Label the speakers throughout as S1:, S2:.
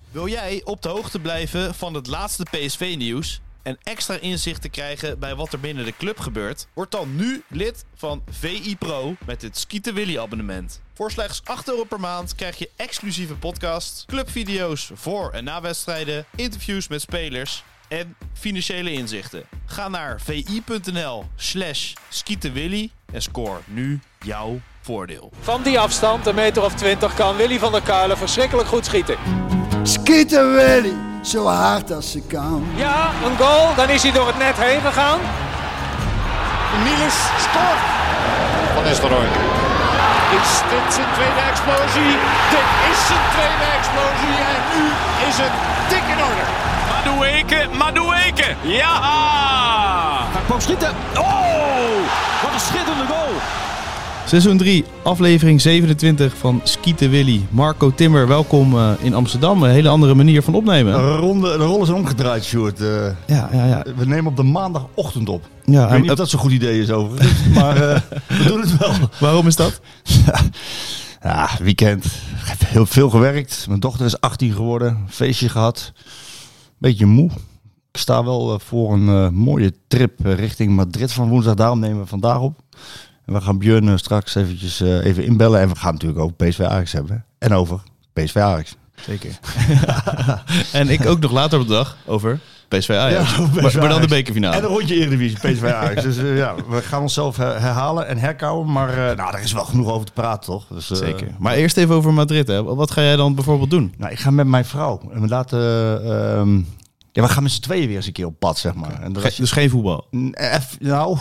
S1: Wil jij op de hoogte blijven van het laatste PSV-nieuws en extra inzicht te krijgen bij wat er binnen de club gebeurt? Word dan nu lid van VI Pro met het Skieten Willy abonnement. Voor slechts €8 per maand krijg je exclusieve podcasts, clubvideo's voor en na wedstrijden, interviews met spelers en financiële inzichten. Ga naar vi.nl/skietenwilly en score nu jouw voordeel.
S2: Van die afstand, een meter of 20, kan Willy van der Kuilen verschrikkelijk goed schieten.
S3: Skieten Willy, zo hard als ze kan.
S2: Ja, een goal, dan is hij door het net heen gegaan.
S4: Niels scoort. Van Nistelrooy. Is dit zijn tweede explosie? Dit is zijn tweede explosie en nu is het dik in orde.
S5: Madueke, ja!
S6: Hij kwam schieten. Oh, wat een schitterende goal.
S1: Seizoen 3, aflevering 27 van Skieten Willy. Marco Timmer, welkom in Amsterdam. Een hele andere manier van opnemen.
S7: De rol is omgedraaid, Sjoerd.
S1: Ja.
S7: We nemen op de maandagochtend op.
S1: Ja,
S7: ik weet niet of dat zo'n goed idee is overigens, maar we doen het wel.
S1: Waarom is dat?
S7: Ja, weekend. Ik heb heel veel gewerkt. Mijn dochter is 18 geworden. Feestje gehad. Beetje moe. Ik sta wel voor een mooie trip richting Madrid van woensdag. Daarom nemen we vandaag op. En we gaan Björn straks even inbellen. En we gaan natuurlijk ook PSV Ajax hebben. En over PSV Ajax.
S1: Zeker. En ik ook nog later op de dag over PSV Ajax.
S7: Ja,
S1: maar dan de bekerfinale.
S7: En een rondje Eredivisie, PSV Ajax. Dus we gaan onszelf herhalen en herkauwen. Maar er is wel genoeg over te praten, toch? Dus,
S1: Zeker. Maar eerst even over Madrid. Hè. Wat ga jij dan bijvoorbeeld doen?
S7: Nou, ik ga met mijn vrouw. En we laten... we gaan met z'n tweeën weer eens een keer op pad, zeg maar. En
S1: dus geen voetbal?
S7: Nou,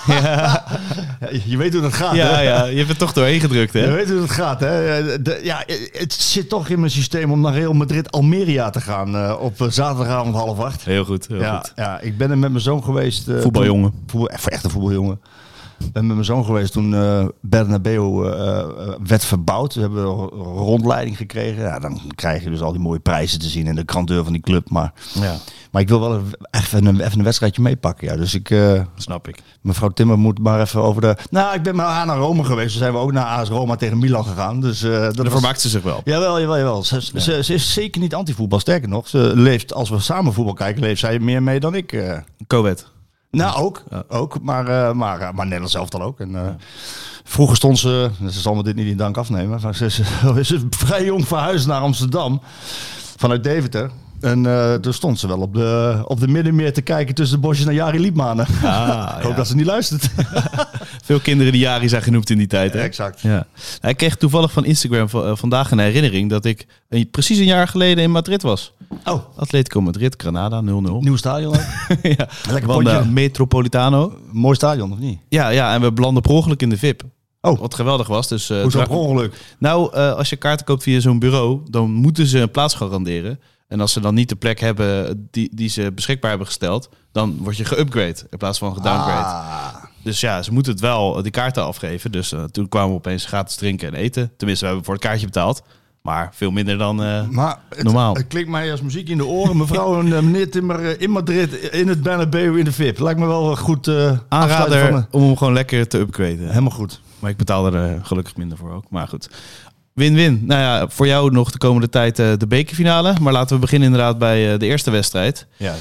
S7: je weet hoe dat gaat,
S1: ja,
S7: hè?
S1: Ja, je hebt het toch doorheen gedrukt, hè?
S7: Je weet hoe dat gaat, hè? Het zit toch in mijn systeem om naar Real Madrid Almeria te gaan op zaterdagavond 7:30.
S1: Heel goed, heel goed.
S7: Ja, ik ben er met mijn zoon geweest.
S1: Voetbaljongen.
S7: Echt een voetbaljongen. Ik ben met mijn zoon geweest toen Bernabeu werd verbouwd. We hebben een rondleiding gekregen. Ja, dan krijg je dus al die mooie prijzen te zien en de grandeur van die club. Maar ik wil wel even een wedstrijdje meepakken. Ja. Dus
S1: snap ik.
S7: Mevrouw Timmer moet maar even over de... Nou, ik ben met haar naar Rome geweest. Toen zijn we ook naar AS Roma tegen Milan gegaan. Dus,
S1: daar vermaakt ze zich wel.
S7: Jawel. Ze is zeker niet anti-voetbal. Sterker nog, ze leeft, als we samen voetbal kijken, leeft zij meer mee dan ik.
S1: Coët.
S7: Nou, ook. Maar Nederland zelf dan ook. En, vroeger stond ze zal me dit niet in dank afnemen, maar ze is vrij jong verhuisd naar Amsterdam vanuit Deventer. En toen stond ze wel op de Middenmeer te kijken tussen de bosjes naar Jari Liedmanen. Ik hoop dat ze niet luistert.
S1: Veel kinderen die Jari zijn genoemd in die tijd. Hè?
S7: Exact.
S1: Ja. Ik kreeg toevallig van Instagram vandaag een herinnering dat ik precies een jaar geleden in Madrid was.
S7: Oh.
S1: Atletico Madrid, Granada, 0-0.
S7: Nieuw stadion.
S1: Ja.
S7: Lekker
S1: van de Metropolitano.
S7: Mooi stadion, of niet?
S1: Ja, en we belanden per ongeluk in de VIP.
S7: Oh.
S1: Wat geweldig was. Dus,
S7: hoezo per ongeluk?
S1: Nou, als je kaarten koopt via zo'n bureau, dan moeten ze een plaats garanderen. En als ze dan niet de plek hebben die ze beschikbaar hebben gesteld, dan word je geupgrade in plaats van gedowngrade. Dus ja, ze moeten het wel die kaarten afgeven. Dus toen kwamen we opeens gratis drinken en eten. Tenminste, we hebben voor het kaartje betaald. Maar veel minder dan normaal.
S7: Het klinkt mij als muziek in de oren. Mevrouw en meneer Timmer in Madrid, in het Bernabeu, in de VIP. Lijkt me wel goed
S1: aanrader om hem gewoon lekker te upgraden.
S7: Helemaal goed.
S1: Maar ik betaalde er gelukkig minder voor ook. Maar goed. Win-win. Nou ja, voor jou nog de komende tijd de bekerfinale. Maar laten we beginnen inderdaad bij de eerste wedstrijd.
S7: Ja.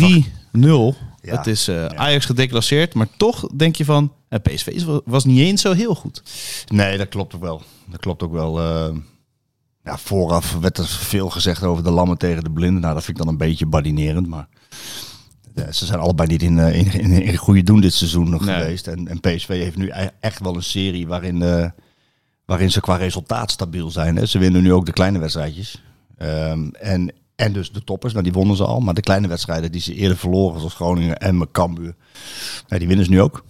S1: 3-0.
S7: Ja.
S1: Het is Ajax gedeclasseerd. Maar toch denk je van, PSV was niet eens zo heel goed.
S7: Nee, dat klopt ook wel. Vooraf werd er veel gezegd over de lammen tegen de blinden. Nou, dat vind ik dan een beetje badinerend. Maar ze zijn allebei niet in goede doen dit seizoen nog geweest. En PSV heeft nu echt wel een serie waarin ze qua resultaat stabiel zijn. Hè. Ze winnen nu ook de kleine wedstrijdjes. En dus de toppers, die wonnen ze al. Maar de kleine wedstrijden die ze eerder verloren, zoals Groningen en Cambuur, die winnen ze nu ook.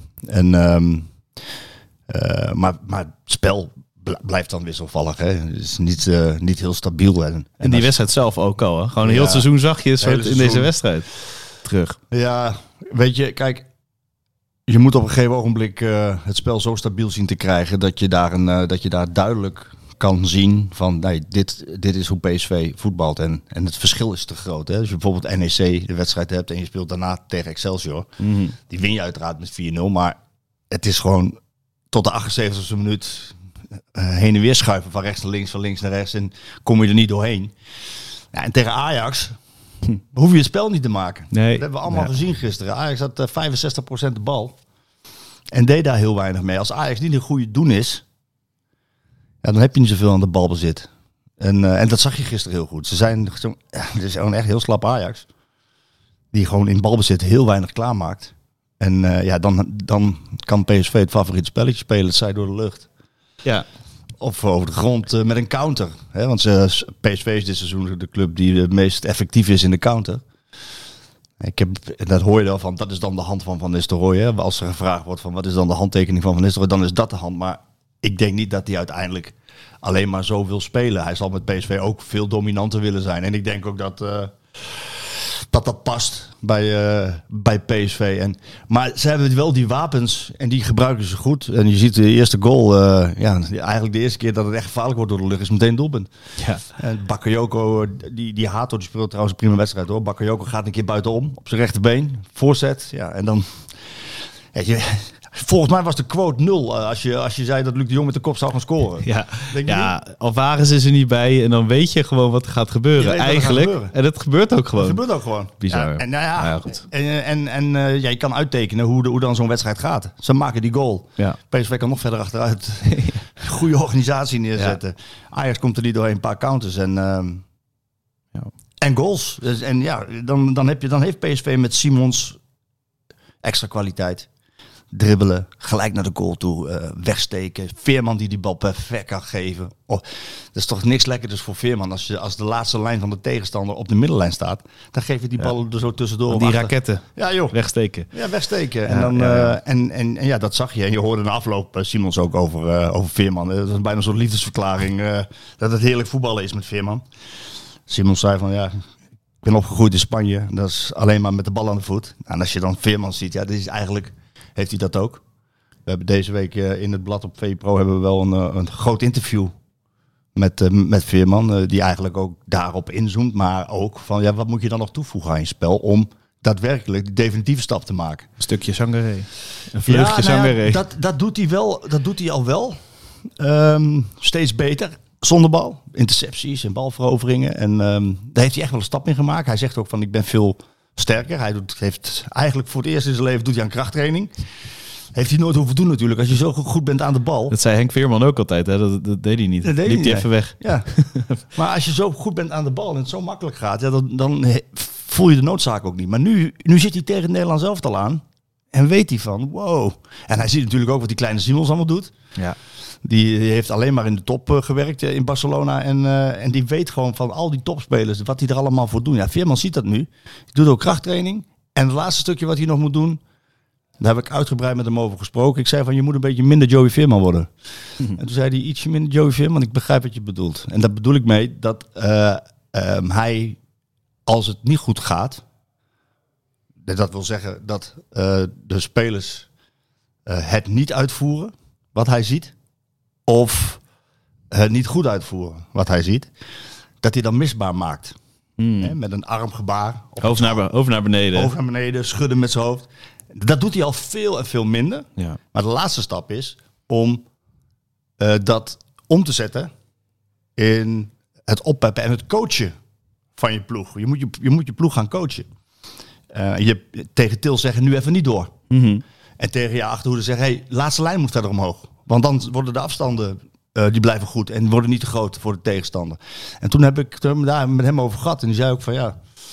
S7: Maar het spel blijft dan wisselvallig. Hè. Het is niet heel stabiel. En
S1: die wedstrijd zelf ook al. Hè. Gewoon een heel seizoen zag je soort in deze wedstrijd terug.
S7: Ja, weet je, kijk, je moet op een gegeven ogenblik het spel zo stabiel zien te krijgen dat je daar duidelijk kan zien van nee, dit is hoe PSV voetbalt. En het verschil is te groot. Hè? Als je bijvoorbeeld NEC de wedstrijd hebt en je speelt daarna tegen Excelsior. Mm-hmm. Die win je uiteraard met 4-0. Maar het is gewoon tot de 78e minuut heen en weer schuiven van rechts naar links, van links naar rechts. En kom je er niet doorheen. Ja, en tegen Ajax hoef je het spel niet te maken.
S1: Nee.
S7: Dat hebben we allemaal gezien gisteren. Ajax had 65% de bal. En deed daar heel weinig mee. Als Ajax niet een goede doen is, ja, dan heb je niet zoveel aan de balbezit. En dat zag je gisteren heel goed. Het is gewoon echt heel slap Ajax. Die gewoon in balbezit heel weinig klaarmaakt. En dan kan PSV het favoriete spelletje spelen. Het zij door de lucht.
S1: Ja.
S7: Of over de grond met een counter. Hè? Want PSV is dit seizoen de club die het meest effectief is in de counter. Dat hoor je wel van, dat is dan de hand van Van Nistelrooy. Hè? Als er gevraagd wordt van wat is dan de handtekening van Van Nistelrooy, dan is dat de hand. Maar ik denk niet dat hij uiteindelijk alleen maar zo wil spelen. Hij zal met PSV ook veel dominanter willen zijn. En ik denk ook dat past bij PSV. Maar ze hebben wel die wapens en die gebruiken ze goed. En je ziet de eerste goal, eigenlijk de eerste keer dat het echt gevaarlijk wordt door de lucht, is meteen doelpunt. Ja. En Bakayoko, die Hato, die speelt trouwens een prima wedstrijd hoor. Bakayoko gaat een keer buitenom op zijn rechterbeen, voorzet. Ja, en dan... Volgens mij was de quote 0 als je zei dat Luc de Jong met de kop zou gaan scoren.
S1: Ja, Alvarez is er niet bij en dan weet je gewoon wat er gaat gebeuren eigenlijk. En het gebeurt ook gewoon.
S7: Het gebeurt ook gewoon.
S1: Bizar.
S7: Ja, goed. Je kan uittekenen hoe dan zo'n wedstrijd gaat. Ze maken die goal. Ja. PSV kan nog verder achteruit. Goede organisatie neerzetten. Ja. Ajax komt er niet doorheen, een paar counters en goals. Dus, dan heeft PSV met Simons extra kwaliteit. Dribbelen, gelijk naar de goal toe, wegsteken. Veerman die bal perfect kan geven. Dat is toch niks lekkerders voor Veerman. Als de laatste lijn van de tegenstander op de middellijn staat, dan geef je die bal er zo tussendoor.
S1: Die raketten.
S7: Ja, joh.
S1: Wegsteken.
S7: Ja, wegsteken. En dat zag je. En je hoorde na afloop Simons ook over Veerman. Dat was bijna zo'n liefdesverklaring dat het heerlijk voetballen is met Veerman. Simons zei van ik ben opgegroeid in Spanje. Dat is alleen maar met de bal aan de voet. En als je dan Veerman ziet, dit is eigenlijk... Heeft hij dat ook? We hebben deze week in het blad op VPRO hebben we wel een groot interview met Veerman. Die eigenlijk ook daarop inzoomt. Maar ook van wat moet je dan nog toevoegen aan je spel om daadwerkelijk de definitieve stap te maken.
S1: Een stukje Sangaré. Een vleugje Sangaré.
S7: Dat doet hij wel. Dat doet hij al wel. Steeds beter. Zonder bal. Intercepties en balveroveringen. En daar heeft hij echt wel een stap in gemaakt. Hij zegt ook van ik ben veel... sterker. Hij heeft eigenlijk voor het eerst in zijn leven doet hij aan krachttraining. Heeft hij nooit hoeven doen natuurlijk. Als je zo goed bent aan de bal.
S1: Dat zei Henk Veerman ook altijd. Hè? Dat deed hij niet. Liep hij even weg.
S7: Ja. Maar als je zo goed bent aan de bal en het zo makkelijk gaat, dan voel je de noodzaak ook niet. Maar nu zit hij tegen het Nederlands elftal aan. En weet hij van wow. En hij ziet natuurlijk ook wat die kleine Simons allemaal doet. Ja. Die heeft alleen maar in de top gewerkt in Barcelona. En die weet gewoon van al die topspelers wat die er allemaal voor doen. Ja, Veerman ziet dat nu. Die doet ook krachttraining. En het laatste stukje wat hij nog moet doen, daar heb ik uitgebreid met hem over gesproken. Ik zei van je moet een beetje minder Joey Veerman worden. En toen zei hij ietsje minder Joey Veerman. Ik begrijp wat je bedoelt. En daar bedoel ik mee dat hij, als het niet goed gaat, dat wil zeggen dat de spelers het niet uitvoeren wat hij ziet. Of het niet goed uitvoeren, wat hij ziet. Dat hij dan misbaar maakt. Hè, met een armgebaar.
S1: Hoofd naar beneden.
S7: Hoofd naar beneden, schudden met zijn hoofd. Dat doet hij al veel en veel minder.
S1: Ja.
S7: Maar de laatste stap is om dat om te zetten in het oppeppen en het coachen van je ploeg. Je moet je ploeg gaan coachen. Tegen Til zeggen, nu even niet door. Mm-hmm. En tegen je achterhoede zeggen, hey, laatste lijn moet verder omhoog. Want dan worden de afstanden, die blijven goed en worden niet te groot voor de tegenstander. En toen heb ik daar met hem over gehad. En die zei ook van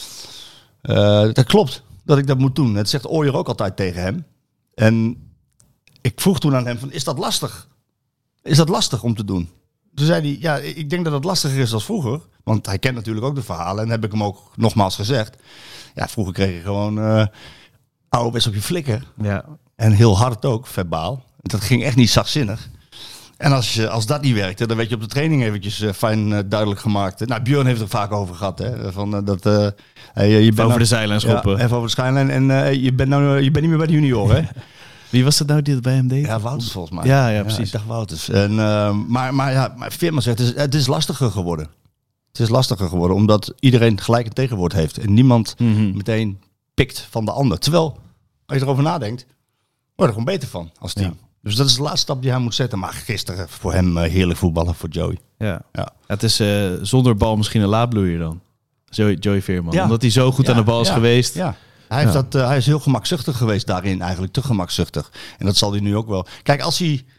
S7: dat klopt dat ik dat moet doen. Het zegt Ooyer ook altijd tegen hem. En ik vroeg toen aan hem van, is dat lastig? Is dat lastig om te doen? Toen zei hij, ik denk dat het lastiger is dan vroeger. Want hij kent natuurlijk ook de verhalen. En heb ik hem ook nogmaals gezegd. Ja, vroeger kreeg je gewoon ouderwets op je flikker. Ja. En heel hard ook, verbaal. Dat ging echt niet zachtzinnig. En als dat niet werkte, dan werd je op de training eventjes fijn duidelijk gemaakt. Nou, Björn heeft er vaak over gehad. Hè, van, je bent
S1: over de zijlijn schoppen.
S7: Ja, even over de zijlijn. En je bent niet meer bij de junioren. Hè?
S1: Wie was dat nou die het bij hem deed?
S7: Ja, Wouters volgens mij.
S1: Ja, precies.
S7: Ik dacht Wouters. En, maar Veerman zegt, het is lastiger geworden. Het is lastiger geworden, omdat iedereen gelijk een tegenwoord heeft. En niemand meteen pikt van de ander. Terwijl, als je erover nadenkt, word je er gewoon beter van als team. Ja. Dus dat is de laatste stap die hij moet zetten. Maar gisteren voor hem heerlijk voetballen voor Joey.
S1: Ja. Het is zonder bal misschien een laadbloeier dan. Joey Veerman.
S7: Ja.
S1: Omdat hij zo goed aan de bal is geweest.
S7: Ja. Hij is heel gemakzuchtig geweest daarin, eigenlijk te gemakzuchtig. En dat zal hij nu ook wel. Kijk, als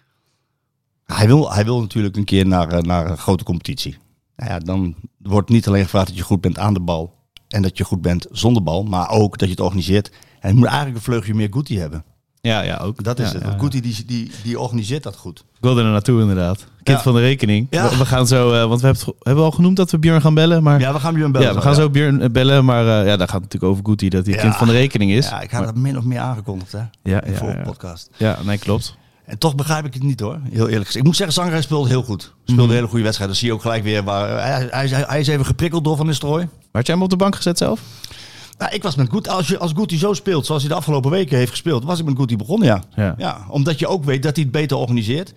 S7: hij wil natuurlijk een keer naar een grote competitie. Nou ja, dan wordt niet alleen gevraagd dat je goed bent aan de bal en dat je goed bent zonder bal, maar ook dat je het organiseert. En je moet eigenlijk een vleugje meer Guti hebben.
S1: Ja, ook.
S7: Dat is
S1: ja,
S7: het.
S1: ja.
S7: Want Guti die organiseert dat goed.
S1: Ik wilde er naartoe inderdaad. Kind
S7: Ja.
S1: van de rekening.
S7: Ja.
S1: We gaan zo, want hebben we al genoemd dat we Björn gaan bellen. Maar
S7: Ja, we gaan nu een bellen.
S1: ja, we gaan zo Björn bellen. Maar daar gaat het natuurlijk over Guti, dat hij
S7: Ja.
S1: kind van de rekening is.
S7: Ja, ik had dat min of meer aangekondigd, hè?
S1: Ja,
S7: In de vorige podcast.
S1: Ja, nee, klopt.
S7: En toch begrijp ik het niet, hoor. Heel eerlijk gezegd. Ik moet zeggen, Zangerij speelde heel goed. Speelde een hele goede wedstrijd. Dan zie je ook gelijk weer waar... Hij is even geprikkeld door Van Nistelrooy.
S1: Maar had jij hem op de bank gezet zelf?
S7: Nou, ik was met Guti. Als Guti zo speelt, zoals hij de afgelopen weken heeft gespeeld, was ik met Guti begonnen, ja. Ja, omdat je ook weet dat hij het beter organiseert.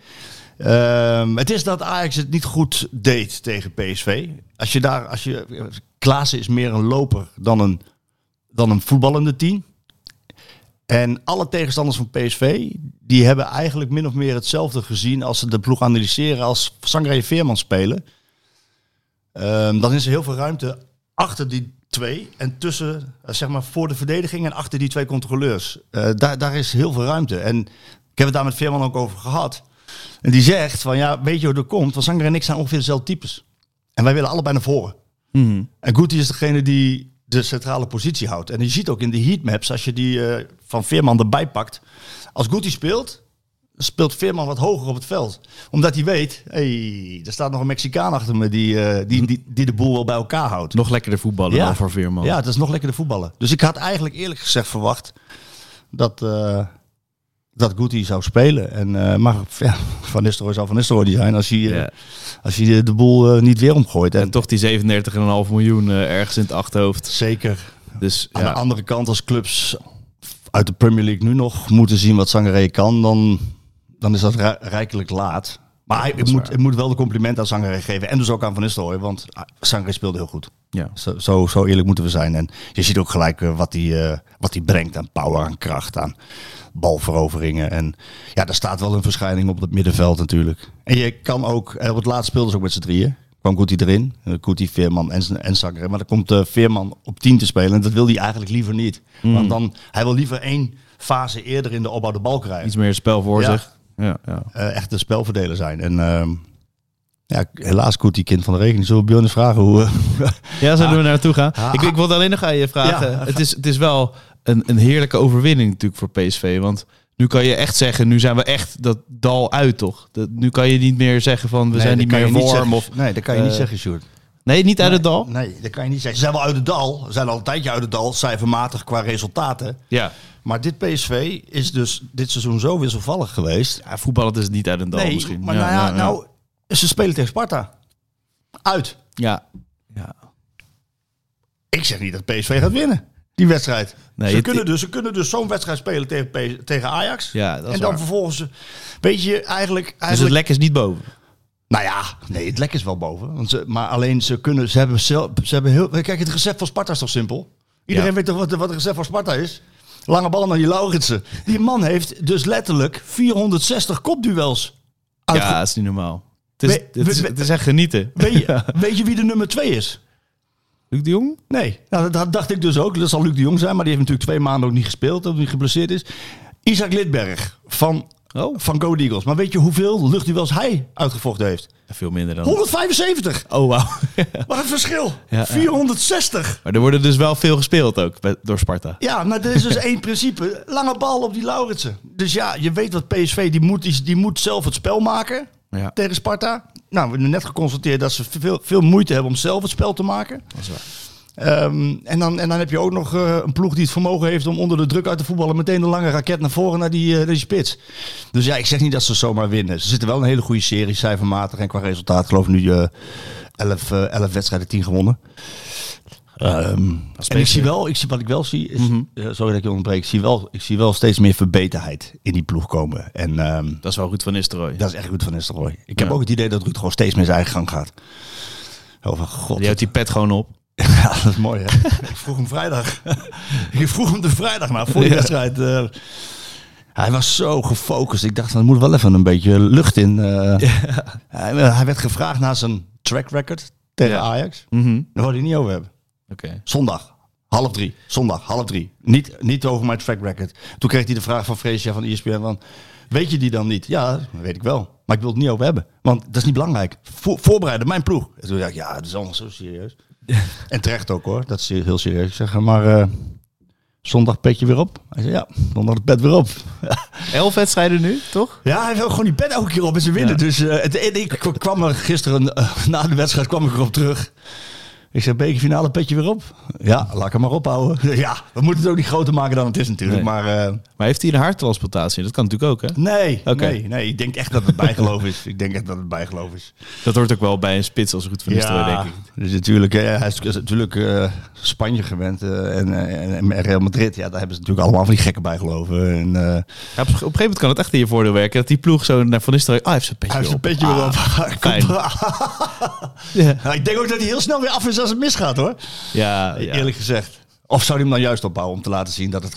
S7: Het is dat Ajax het niet goed deed tegen PSV. Klaassen is meer een loper dan een voetballende 10. En alle tegenstanders van PSV, die hebben eigenlijk min of meer hetzelfde gezien als ze de ploeg analyseren als Sangaré en Veerman spelen. Dan is er heel veel ruimte achter die twee en tussen, zeg maar, voor de verdediging en achter die twee controleurs. Daar is heel veel ruimte. En ik heb het daar met Veerman ook over gehad. En die zegt van, ja, weet je hoe dat komt? Want Sangaré en ik zijn ongeveer dezelfde types. En wij willen allebei naar voren.
S1: Mm-hmm.
S7: En Guti is degene die de centrale positie houdt. En je ziet ook in de heatmaps, als je die van Veerman erbij pakt. Als Guti speelt Veerman wat hoger op het veld. Omdat hij weet, er staat nog een Mexicaan achter me die de boel wel bij elkaar houdt.
S1: Nog lekkerder voetballen dan voor Veerman.
S7: Ja, het is nog lekkerder voetballen. Dus ik had eigenlijk eerlijk gezegd verwacht dat Guti zou spelen. En, maar ja, Van Nistelrooy zou Van Nistelrooy zijn als hij de boel niet weer omgooit.
S1: En toch die 37,5 miljoen ergens in het achterhoofd.
S7: Zeker.
S1: Dus
S7: aan de andere kant, als clubs uit de Premier League nu nog moeten zien wat Sangaré kan, dan is dat rijkelijk laat. Maar ik moet wel de complimenten aan Sangaré geven. En dus ook aan Van Nistelrooy, want Sangaré speelde heel goed.
S1: Ja.
S7: Zo eerlijk moeten we zijn. En je ziet ook gelijk wat hij brengt aan power, aan kracht, aan balveroveringen. En ja, daar staat wel een verschijning op het middenveld natuurlijk. En je kan ook, op het laatst speelden ze ook met z'n drieën. Kwam Guti erin, Guti, Veerman en Sangaré. Maar dan komt Veerman op 10 te spelen en dat wil hij eigenlijk liever niet. Want hij wil liever 1 fase eerder in de opbouw de bal krijgen.
S1: Iets meer spel voor zich. Ja.
S7: Echt een spelverdeler zijn. En helaas Guti, kind van de rekening. Zullen we Björn eens vragen hoe...
S1: Ja, zullen we naartoe gaan? Ik wilde alleen nog aan je vragen.
S7: Ja.
S1: Het is wel een heerlijke overwinning natuurlijk voor PSV. Want nu kan je echt zeggen, nu zijn we echt dat dal uit, toch? Nu kan je niet meer zeggen van, we zijn niet meer warm.
S7: Nee, dat kan je niet zeggen, Sjoerd.
S1: Nee, niet uit het dal?
S7: Nee, dat kan je niet zeggen. Ze zijn wel uit het dal. Ze zijn al een tijdje uit het dal, cijfermatig qua resultaten.
S1: Ja.
S7: Maar dit PSV is dus dit seizoen zo wisselvallig geweest.
S1: Ja, voetballen is niet uit een dal misschien.
S7: Maar ze spelen tegen Sparta. Uit.
S1: Ja.
S7: Ik zeg niet dat PSV gaat winnen, die wedstrijd.
S1: Nee,
S7: ze kunnen dus zo'n wedstrijd spelen tegen Ajax.
S1: Ja, dat is
S7: en dan
S1: waar.
S7: vervolgens, weet je, eigenlijk...
S1: Dus het lek is niet boven?
S7: Nou ja, nee, het lek is wel boven. Maar alleen ze hebben heel... Kijk, het recept van Sparta is toch simpel? Iedereen weet toch wat het recept van Sparta is? Lange bal naar die Lauritsen. Die man heeft dus letterlijk 460 kopduels.
S1: Ja, dat is niet normaal. Het is echt genieten.
S7: Weet je wie de nummer 2 is?
S1: Luc de Jong?
S7: Nee, nou, dat dacht ik dus ook. Dat zal Luc de Jong zijn, maar die heeft natuurlijk 2 maanden ook niet gespeeld, omdat hij geblesseerd is. Isaac Lidberg van Go Eagles. Maar weet je hoeveel luchtduels hij uitgevochten heeft?
S1: Veel minder dan...
S7: 175!
S1: Oh, wauw.
S7: Wat een verschil!
S1: Ja,
S7: 460!
S1: Maar er worden dus wel veel gespeeld ook door Sparta.
S7: Ja, maar er is dus één principe. Lange bal op die Lauritsen. Dus ja, je weet wat PSV, die moet zelf het spel maken tegen Sparta. Nou, we hebben net geconstateerd dat ze veel moeite hebben om zelf het spel te maken.
S1: Dat is waar.
S7: En dan heb je ook nog een ploeg die het vermogen heeft om onder de druk uit te voetballen meteen een lange raket naar voren naar die spits. Dus ja, ik zeg niet dat ze zomaar winnen. Ze zitten wel in een hele goede serie, cijfermatig en qua resultaat. Ik geloof nu 11 wedstrijden, 10 gewonnen. En wat ik wel zie is, sorry dat ik je onderbreek, ik zie wel steeds meer verbeterheid in die ploeg komen. En
S1: dat is wel goed van Nistelrooy.
S7: Dat is echt goed van Nistelrooy. Ik heb ook het idee dat Ruud gewoon steeds meer zijn eigen gang gaat. Oh, God.
S1: Die houdt die pet gewoon op.
S7: Ja, dat is mooi, hè? Ik vroeg hem vrijdag. Ik vroeg hem de vrijdag na voor die wedstrijd. Hij was zo gefocust. Ik dacht, er moet wel even een beetje lucht in. Hij werd gevraagd naar zijn track record tegen Ajax. Daar wou hij niet over hebben.
S1: Oké.
S7: Zondag, 2:30. Niet over mijn track record. Toen kreeg hij de vraag van Freesia van ESPN van... Weet je die dan niet? Ja, dat weet ik wel. Maar ik wil het niet over hebben. Want dat is niet belangrijk. Voorbereiden, mijn ploeg. En toen dacht ik, ja, dat is allemaal zo serieus. En terecht ook hoor. Dat is heel serieus. Ik zeg, maar zondag petje weer op? Hij zei, ja, zondag het pet weer op.
S1: 11 wedstrijden nu, toch?
S7: Ja, hij wil gewoon die pet elke keer op en ze winnen.
S1: Ja.
S7: Dus ik kwam er gisteren, na de wedstrijd kwam ik erop terug. Ik zeg, bekerfinale petje weer op? Ja, laat ik hem maar ophouden. Ja, we moeten het ook niet groter maken dan het is natuurlijk.
S1: Nee.
S7: Maar
S1: Maar heeft hij een harttransplantatie? Dat kan natuurlijk ook, hè?
S7: nee,
S1: Oké.
S7: nee, ik denk echt dat het bijgeloof is.
S1: Dat hoort ook wel bij een spits als Ruud van Nistelrooy, denk ik.
S7: Dus natuurlijk, hij is natuurlijk Spanje gewend en Real Madrid. Ja, daar hebben ze natuurlijk allemaal van die gekken bijgeloven. En,
S1: Ja, op een gegeven moment kan het echt in je voordeel werken. Dat die ploeg zo naar Van Nistelrooy... hij heeft zijn petje
S7: hij heeft
S1: weer
S7: zijn
S1: op.
S7: petje weer op.
S1: fijn.
S7: Ja. Nou, ik denk ook dat hij heel snel weer af is als het misgaat hoor.
S1: Ja.
S7: Eerlijk gezegd. Of zou hij hem dan juist ophouden om te laten zien dat het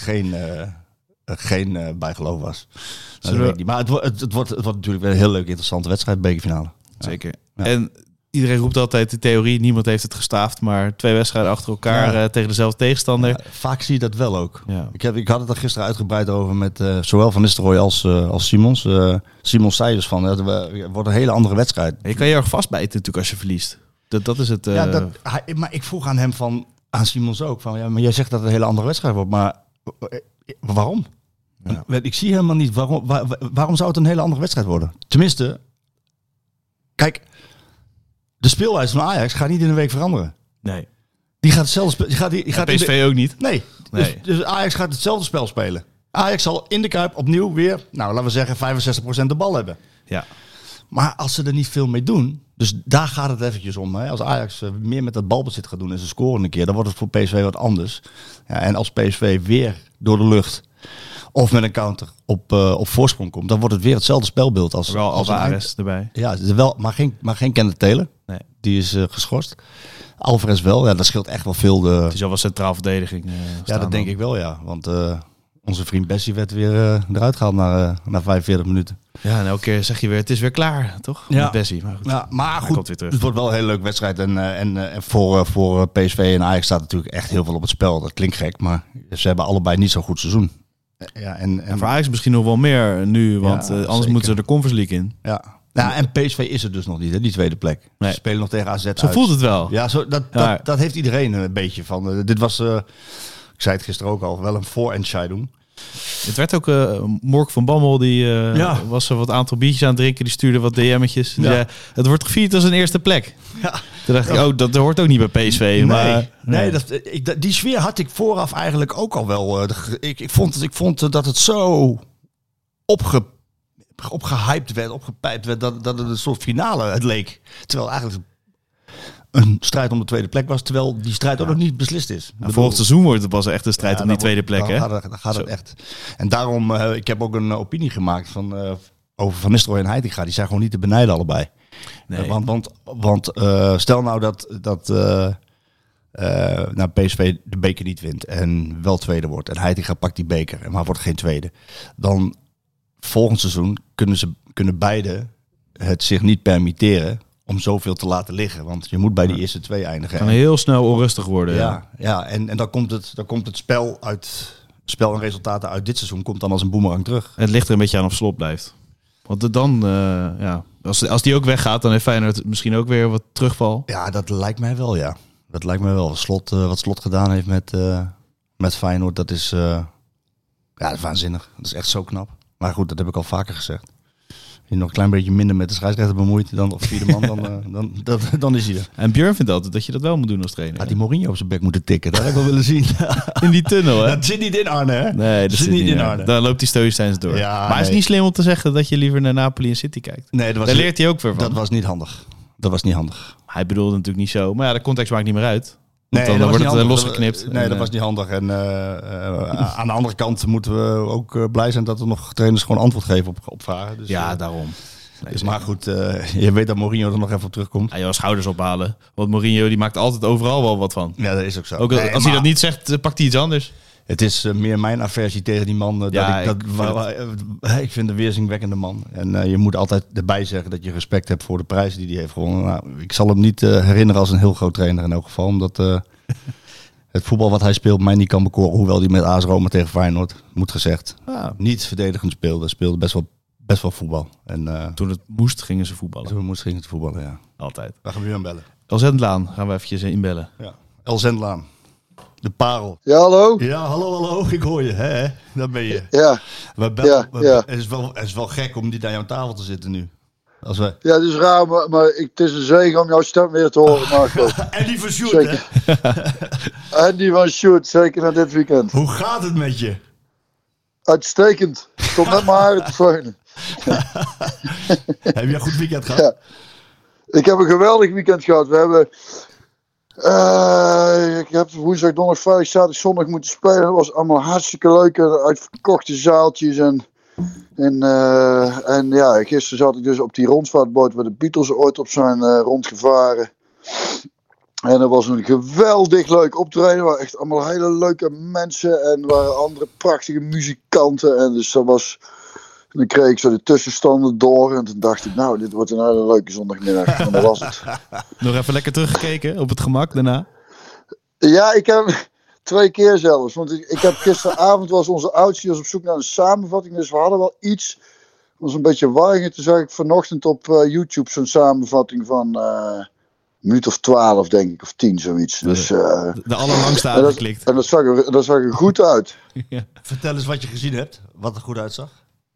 S7: geen bijgeloof was? Nou, dat weet ik niet. Maar het wordt natuurlijk weer een heel leuk interessante wedstrijd, bekerfinale.
S1: Zeker.
S7: Ja.
S1: En iedereen roept altijd de theorie, niemand heeft het gestaafd, maar 2 wedstrijden achter elkaar tegen dezelfde tegenstander.
S7: Ja, vaak zie je dat wel ook.
S1: Ja.
S7: Ik had het er gisteren uitgebreid over met zowel Van Nistelrooy als Simons. Simons zei dus van, het wordt een hele andere wedstrijd.
S1: Je kan je erg vastbijten natuurlijk als je verliest. Dat is het...
S7: Maar ik vroeg aan hem aan Simons ook, van ja, maar jij zegt dat het een hele andere wedstrijd wordt, maar waarom?
S1: Ja.
S7: Ik zie helemaal niet, waarom zou het een hele andere wedstrijd worden? Tenminste, kijk, de speelwijze van Ajax gaat niet in een week veranderen.
S1: Nee.
S7: Die gaat hetzelfde spelen.
S1: PSV ook niet.
S7: Nee.
S1: Nee.
S7: Dus Ajax gaat hetzelfde spel spelen. Ajax zal in de Kuip opnieuw weer, nou laten we zeggen 65% de bal hebben.
S1: Ja.
S7: Maar als ze er niet veel mee doen, dus daar gaat het eventjes om. Hè. Als Ajax meer met dat balbezit gaat doen en ze scoren een keer, dan wordt het voor PSV wat anders. Ja, en als PSV weer door de lucht of met een counter op voorsprong komt, dan wordt het weer hetzelfde spelbeeld als
S1: Wel
S7: als
S1: Alvarez erbij.
S7: Ja, wel, maar geen Kenneth Taylor.
S1: Nee.
S7: Die is geschorst. Alvarez wel. Ja, dat scheelt echt wel veel.
S1: Het is al wel centraal verdediging.
S7: Ja, dat denk ik wel, ja. Want onze vriend Bessie werd weer eruit gehaald na 45 minuten.
S1: Ja, en elke keer zeg je weer, het is weer klaar, toch?
S7: Ja.
S1: Met Bessie. Maar goed.
S7: Ja, maar
S1: Hij
S7: goed,
S1: komt weer terug.
S7: het wordt wel een hele leuke wedstrijd. En voor PSV en Ajax staat natuurlijk echt heel veel op het spel. Dat klinkt gek, maar ze hebben allebei niet zo'n goed seizoen. Ja,
S1: En voor Ajax misschien nog wel meer nu, want
S7: Ja,
S1: anders
S7: zeker.
S1: moeten ze de Conference League in.
S7: Ja. Nou, en PSV is er dus nog niet, hè, die tweede plek.
S1: Nee.
S7: Ze spelen nog tegen AZ
S1: Zo
S7: uit.
S1: voelt het wel.
S7: Ja,
S1: Ja.
S7: dat heeft iedereen een beetje van. Dit was, ik zei het gisteren ook al, wel een voorentscheiding.
S1: Het werd ook Mork van Bammel, die was er wat aantal biertjes aan het drinken. Die stuurde wat DM'tjes. Die
S7: Ja.
S1: zei, het wordt gevierd als een eerste plek.
S7: Ja.
S1: Toen dacht ik, dat hoort ook niet bij PSV. Maar,
S7: Die sfeer had ik vooraf eigenlijk ook al wel. Ik vond dat het zo opgehyped werd, opgepijpt werd, dat het een soort finale het leek. Terwijl eigenlijk een strijd om de tweede plek was, terwijl die strijd ook nog niet beslist is.
S1: volgend seizoen wordt het pas echt een strijd om die tweede plek. Hè?
S7: Dan gaat het echt. En daarom, ik heb ook een opinie gemaakt over Van Nistelrooy en Heitinga. Die zijn gewoon niet te benijden allebei.
S1: Nee.
S7: Want stel nou dat PSV de beker niet wint en wel tweede wordt. En Heitinga pakt die beker, maar wordt geen tweede. Dan volgend seizoen kunnen beide het zich niet permitteren om zoveel te laten liggen. Want je moet bij die eerste 2 eindigen.
S1: Het kan heel snel onrustig worden.
S7: Ja. En dan komt het spel en resultaten uit dit seizoen komt dan als een boemerang terug.
S1: Het ligt er een beetje aan of Slot blijft. Want dan, als die ook weggaat, dan heeft Feyenoord misschien ook weer wat terugval.
S7: Ja, dat lijkt mij wel, ja. Dat lijkt mij wel. Wat Slot gedaan heeft met Feyenoord, dat is waanzinnig. Dat is echt zo knap. Maar goed, dat heb ik al vaker gezegd. Als je nog een klein beetje minder met de scheidsrechter bemoeit dan of vierde man, dan is hij er.
S1: En Björn vindt altijd dat je dat wel moet doen als trainer.
S7: Had die Mourinho op zijn bek moeten tikken. Dat had ik wel willen zien.
S1: In die tunnel, hè?
S7: Dat zit niet in Arne, hè?
S1: Nee, dat zit niet in Arne. Dan loopt hij stoïcijns door.
S7: Ja,
S1: maar het is niet slim om te zeggen dat je liever naar Napoli en City kijkt.
S7: Nee,
S1: Daar leert hij ook weer van.
S7: Dat was niet handig.
S1: Hij bedoelde natuurlijk niet zo. Maar ja, de context maakt niet meer uit. Want
S7: Nee,
S1: dan
S7: dat
S1: wordt
S7: was
S1: het
S7: niet
S1: losgeknipt.
S7: Nee, dat was niet handig. En aan de andere kant moeten we ook blij zijn dat er nog trainers gewoon antwoord geven op vragen. Dus,
S1: Ja, daarom. Nee,
S7: maar goed, je weet dat Mourinho er nog even op terugkomt.
S1: Ja, je schouders ophalen. Want Mourinho die maakt altijd overal wel wat van.
S7: Ja, dat is ook zo.
S1: Ook als hij dat niet zegt, pakt hij iets anders.
S7: Het is meer mijn aversie tegen die man. Ik vind een weerzinwekkende man. En je moet altijd erbij zeggen dat je respect hebt voor de prijzen die hij heeft gewonnen. Nou, ik zal hem niet herinneren als een heel groot trainer in elk geval. Omdat het voetbal wat hij speelt mij niet kan bekoren. Hoewel hij met AS Roma tegen Feyenoord, moet gezegd, niet verdedigend speelde. Speelde best wel voetbal. En
S1: Toen het moest, gingen ze voetballen.
S7: toen ging het voetballen, ja.
S1: Altijd.
S7: Waar gaan we nu aan bellen?
S1: El Zendlaan gaan we eventjes inbellen.
S7: Ja. El Zendlaan. De parel.
S3: Ja, hallo?
S7: Ja, hallo. Ik hoor je. Hè? Daar ben je.
S3: Ja. Ja.
S7: Het is wel gek om niet aan jouw tafel te zitten nu. Als we...
S3: Ja, het is raar, maar het is een zegen om jouw stem weer te horen, Marco.
S7: En die van Sjoerd,
S3: Zeker.
S7: hè?
S3: En die van Sjoerd, zeker na dit weekend.
S7: Hoe gaat het met je?
S3: Uitstekend. Tot met mijn haren te feunen.
S7: Heb je een goed weekend gehad?
S3: Ja. Ik heb een geweldig weekend gehad. We hebben... ik heb woensdag, donderdag, vrijdag, zaterdag, zondag moeten spelen. Dat was allemaal hartstikke leuk. Uitverkochte zaaltjes. En ja, gisteren zat ik dus op die rondvaartboot waar de Beatles ooit op zijn rondgevaren. En dat was een geweldig leuk optreden. Er waren echt allemaal hele leuke mensen. En er waren andere prachtige muzikanten. En dus dat was... En dan kreeg ik zo de tussenstanden door. En toen dacht ik, nou, dit wordt een hele leuke zondagmiddag. En dat was het.
S1: Nog even lekker teruggekeken op het gemak daarna.
S3: Ja, ik heb 2 keer zelfs. Want ik heb gisteravond, was onze oudste was op zoek naar een samenvatting. Dus we hadden wel iets. Het was een beetje warrig. En toen zag ik vanochtend op YouTube zo'n samenvatting van een minuut of 12, denk ik. Of 10, zoiets. Dus,
S1: De allerlangste aangeklikt.
S3: En dat zag er goed uit.
S1: Ja.
S7: Vertel eens wat je gezien hebt. Wat er goed uitzag.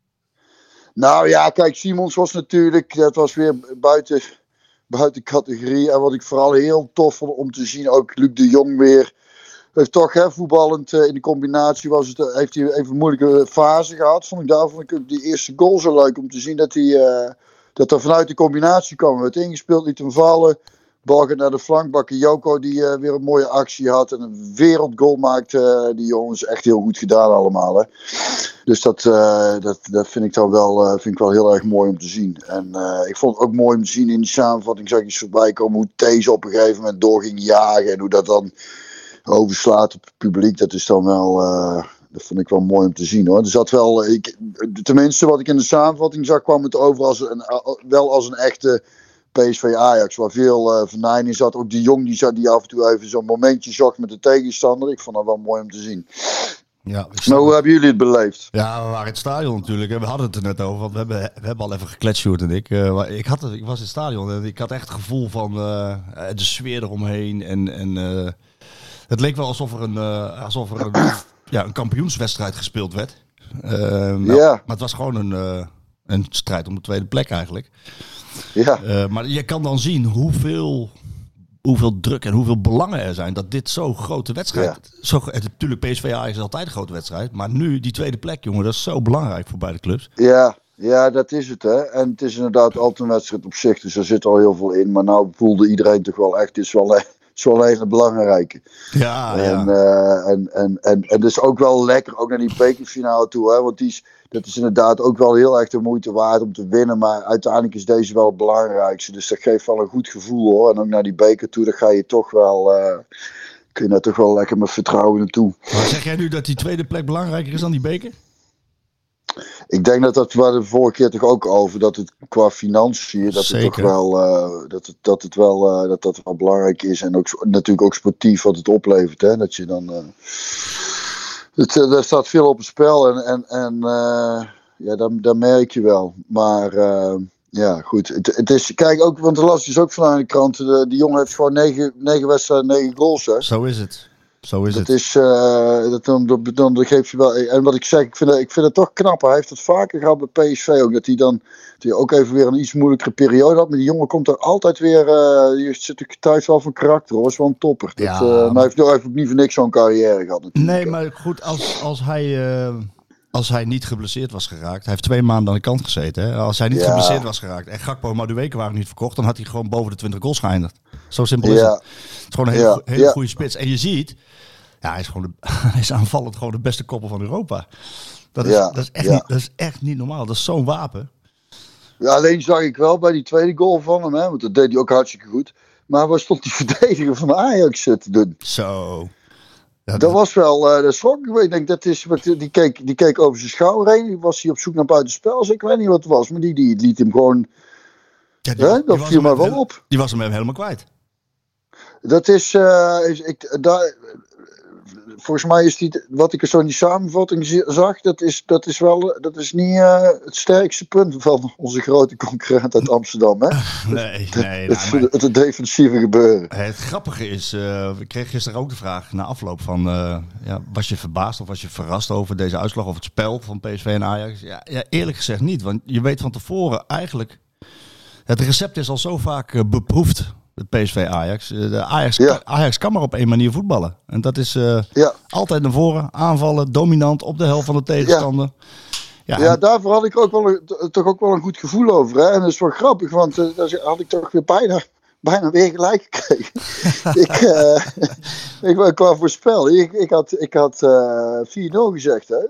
S3: Nou ja, kijk, Simons was natuurlijk, dat was weer buiten categorie. En wat ik vooral heel tof vond om te zien, ook Luc de Jong weer. Heeft toch voetballend in de combinatie heeft hij even een moeilijke fase gehad. Vond ik ook die eerste goal zo leuk om te zien dat er vanuit de combinatie kwam. Werd ingespeeld, liet hem vallen. Bal gaat naar de flank. Bakayoko die weer een mooie actie had. En een wereldgoal maakte. Die jongens echt heel goed gedaan allemaal. Hè. Dus dat vind ik dan wel, heel erg mooi om te zien. En ik vond het ook mooi om te zien in die samenvatting. Zag ik iets voorbij komen hoe Thees op een gegeven moment door ging jagen. En hoe dat dan overslaat op het publiek. Dat is dan wel... dat vond ik wel mooi om te zien, hoor. Er zat wel... tenminste, wat ik in de samenvatting zag, kwam het over als een echte... PSV Ajax, waar veel venijn in zat. Ook die Jong die af en toe even zo'n momentje zocht met de tegenstander. Ik vond dat wel mooi om te zien.
S7: Ja,
S3: maar hoe hebben jullie het beleefd?
S7: Ja, we waren in het stadion natuurlijk. En we hadden het er net over. Want we hebben al even gekletst, Sjoerd en ik. Ik was in het stadion en ik had echt het gevoel van de sfeer eromheen. En het leek wel alsof er een kampioenswedstrijd gespeeld werd. Maar het was gewoon een strijd om de tweede plek eigenlijk.
S3: Ja.
S7: Maar je kan dan zien hoeveel druk en hoeveel belangen er zijn. Dat dit zo'n grote wedstrijd... Ja. Natuurlijk, PSV Ajax is altijd een grote wedstrijd. Maar nu, die tweede plek, jongen, dat is zo belangrijk voor beide clubs.
S3: Ja, dat is het, hè. En het is inderdaad altijd een wedstrijd op zich. Dus er zit al heel veel in. Maar nou voelde iedereen toch wel echt... Het is wel een hele belangrijke.
S7: Ja.
S3: En het is ook wel lekker, ook naar die bekerfinale toe, hè. Want dat is inderdaad ook wel heel erg de moeite waard om te winnen. Maar uiteindelijk is deze wel het belangrijkste. Dus dat geeft wel een goed gevoel, hoor. En ook naar die beker toe, dan ga je toch wel... kun je daar toch wel lekker met vertrouwen naartoe.
S7: Maar zeg jij nu dat die tweede plek belangrijker is dan die beker?
S3: Ik denk dat we de vorige keer toch ook over, dat het qua financiën, dat het toch wel, dat wel belangrijk is. En ook natuurlijk ook sportief wat het oplevert, hè. Dat je dan... Er staat veel op het spel en dat merk je wel. Maar ja, goed. Het is, kijk ook, want de las is ook vanuit de krant. Die jongen heeft gewoon 9 wedstrijden, 9 goals. Hè.
S7: Zo is het.
S3: Dan geef je wel. En wat ik zeg, ik vind het toch knap. Hij heeft het vaker gehad bij PSV ook. Dat hij ook even weer een iets moeilijkere periode had. Maar die jongen komt er altijd weer. Die zit natuurlijk thuis wel van karakter, hoor. Is wel een topper. Maar hij heeft ook niet voor niks zo'n carrière gehad. Natuurlijk.
S7: Nee, maar goed, als hij niet geblesseerd was geraakt. Hij heeft 2 maanden aan de kant gezeten. Hè? Als hij niet geblesseerd was geraakt en Gakpo en Madueke waren niet verkocht, dan had hij gewoon boven de 20 goals geëindigd. Zo simpel is het. Het is gewoon een hele goede spits. En je ziet, hij is aanvallend gewoon de beste koppel van Europa. Dat is echt niet normaal. Dat is zo'n wapen.
S3: Ja, alleen zag ik wel bij die tweede goal van hem, hè, want dat deed hij ook hartstikke goed. Maar waar stond die verdediger van Ajax te doen?
S7: Zo.
S3: Ja, dat was wel, dat schrok ik. Ik denk, dat is, die keek over zijn schouder heen. Die was hij op zoek naar buitenspel. Ik weet niet wat het was, maar die liet hem gewoon... Ja, dat viel mij wel op.
S7: Die was hem helemaal kwijt.
S3: Dat is... volgens mij is wat ik er zo in die samenvatting zag, dat is niet het sterkste punt van onze grote concurrent uit Amsterdam. Hè?
S7: Nee.
S3: Het defensieve gebeuren.
S7: Het grappige is, ik kreeg gisteren ook de vraag na afloop van, was je verbaasd of was je verrast over deze uitslag of het spel van PSV en Ajax? Ja, eerlijk gezegd niet, want je weet van tevoren eigenlijk, het recept is al zo vaak beproefd. Het PSV-Ajax. Ajax kan maar op één manier voetballen. En dat is altijd naar voren, aanvallen, dominant op de helft van de tegenstander. Ja,
S3: daarvoor had ik toch ook wel een goed gevoel over. Hè? En dat is wel grappig, want daar had ik toch weer bijna weer gelijk gekregen. ik qua voorspel. Ik had 4-0 gezegd. Hè?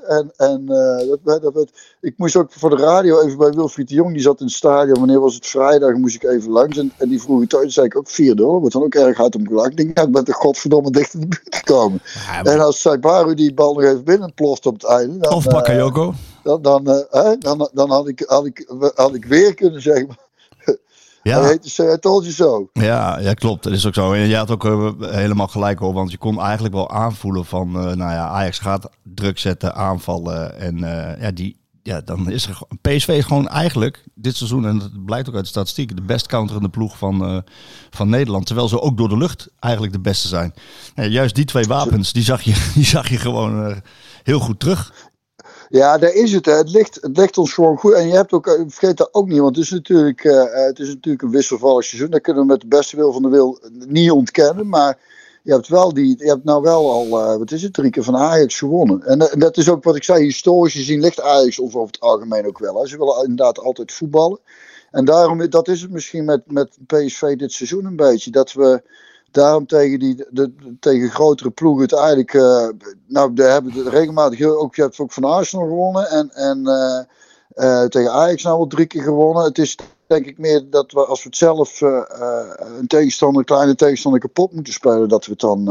S3: Ik moest ook voor de radio even bij Wilfried de Jong. Die zat in het stadion. Wanneer was het? Vrijdag moest ik even langs. En die vroeg het uit. zei ik ook 4-0. Wordt dan ook erg hard om gelachen. Ik denk, ik ben toch godverdomme dicht in de buurt gekomen. Ja, en als Saibaru die bal nog even binnen ploft op het einde. Dan,
S7: of Bakayoko.
S3: Dan had ik weer kunnen zeggen. Ja. Hij told you so.
S7: Ja, klopt. Dat is ook zo. En je had ook helemaal gelijk hoor. Want je kon eigenlijk wel aanvoelen van... Ajax gaat druk zetten, aanvallen. En dan is er... PSV is gewoon eigenlijk dit seizoen... en dat blijkt ook uit de statistieken... de best counterende ploeg van Nederland. Terwijl ze ook door de lucht eigenlijk de beste zijn. Juist die twee wapens, die zag je gewoon heel goed terug.
S3: Ja, daar is het. Hè. Het ligt ons gewoon goed. En je hebt ook, vergeet dat ook niet, want het is natuurlijk een wisselvallig seizoen. Dat kunnen we met de beste wil van de wil niet ontkennen. Maar je hebt nou wel al, 3 keer van Ajax gewonnen. En dat is ook wat ik zei, historisch gezien ligt Ajax ons over het algemeen ook wel. Hè. Ze willen inderdaad altijd voetballen. En daarom, dat is het misschien met PSV dit seizoen een beetje. Dat we daarom tegen grotere ploegen uiteindelijk... daar hebben we regelmatig ook... Je hebt ook van Arsenal gewonnen. En tegen Ajax nou wel 3 keer gewonnen. Het is denk ik meer dat we als we het zelf een kleine tegenstander kapot moeten spelen... Dat we het dan...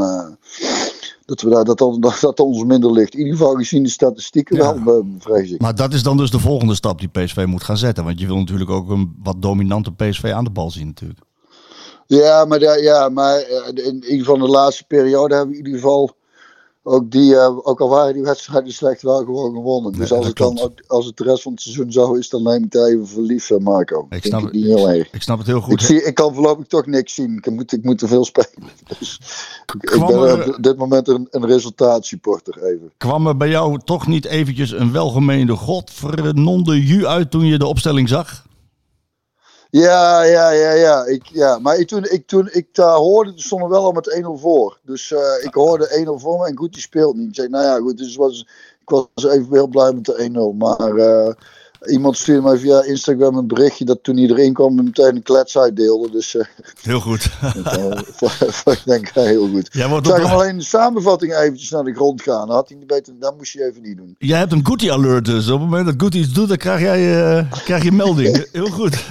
S3: Dat ons minder ligt. In ieder geval gezien de statistieken wel, vrees ik.
S7: Maar dat is dan dus de volgende stap die PSV moet gaan zetten. Want je wil natuurlijk ook een wat dominante PSV aan de bal zien natuurlijk.
S3: Ja, maar in ieder geval de laatste periode hebben we in ieder geval ook al waren die wedstrijden slecht, wel gewoon gewonnen. Dus als het de rest van het seizoen zo is, dan neem ik het even voor lief, Marco.
S7: Ik snap het heel goed.
S3: Ik kan voorlopig toch niks zien. Ik moet te veel spelen. Dus ik ben op dit moment een resultaatsupporter even. Kwam
S7: er bij jou toch niet eventjes een welgemeende godvernonde ju uit toen je de opstelling zag?
S3: Ja. Maar toen ik daar hoorde, stonden we wel al met 1-0 voor. Dus ik hoorde 1-0 voor me en goed, die speelt niet. Ik zei, nou ja, goed, dus ik was even heel blij met de 1-0. Maar iemand stuurde mij via Instagram een berichtje dat toen hij erin kwam meteen een klets uitdeelde. Dus,
S7: heel goed.
S3: Ik denk, heel goed. Ik zag hem alleen de samenvatting eventjes naar de grond gaan. Dat moest je even niet doen.
S7: Jij hebt een Guti alert dus. Op het moment dat Guti iets doet, dan krijg je melding. Heel goed.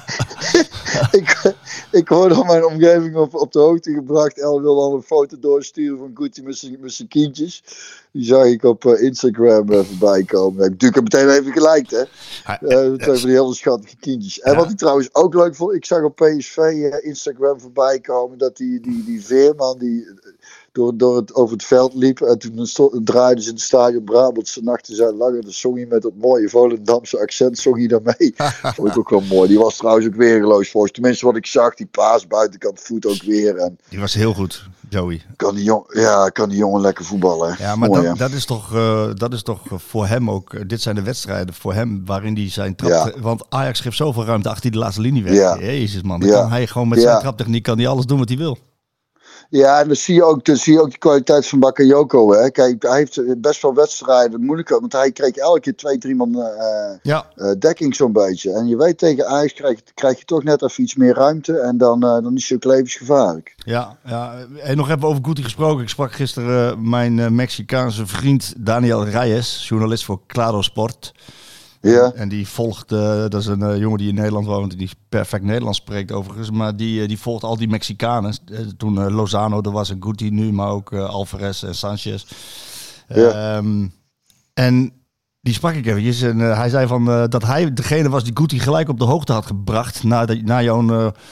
S3: Ik hoorde al mijn omgeving op de hoogte gebracht. El wilde al een foto doorsturen van Guti met zijn kindjes. Die zag ik op Instagram voorbij komen. Ik heb natuurlijk meteen even geliked, hè. Twee van die hele schattige kindjes. En wat ik trouwens ook leuk vond, ik zag op PSV Instagram voorbij komen dat die Veerman die over het veld liep. En toen draaiden ze in het stadion Brabantse nachten zijn lang. En dan zong hij met dat mooie Volendamse accent, zong hij daarmee. Vond ik ook wel mooi. Die was trouwens ook weergeloos volgens. Tenminste wat ik zag, die paas buitenkant voet ook weer. En
S7: die was heel goed, Joey.
S3: Kan die jongen lekker voetballen.
S7: Ja, maar mooi, dat is toch voor hem ook... Dit zijn de wedstrijden voor hem waarin hij zijn trap... Ja. Want Ajax geeft zoveel ruimte achter die de laatste linie weg. Ja. Jezus man, dan kan hij gewoon met zijn traptechniek kan hij alles doen wat hij wil.
S3: Ja, en dan zie je ook de kwaliteit van Bakayoko. Hè. Kijk, hij heeft best wel wedstrijden moeilijker. Want hij kreeg elke keer 2-3 man dekking zo'n beetje. En je weet, tegen Ajax krijg je toch net even iets meer ruimte. En dan is je ook levensgevaarlijk.
S7: Ja. En nog even over Guti gesproken. Ik sprak gisteren mijn Mexicaanse vriend Daniel Reyes, journalist voor Claro Sport.
S3: Ja.
S7: En die volgt, dat is een jongen die in Nederland woont, die perfect Nederlands spreekt overigens, maar die volgt al die Mexicanen. Toen Lozano er was en Guti nu, maar ook Alvarez en Sanchez. Ja. En die sprak ik eventjes en hij zei dat hij degene was die Guti gelijk op de hoogte had gebracht na jouw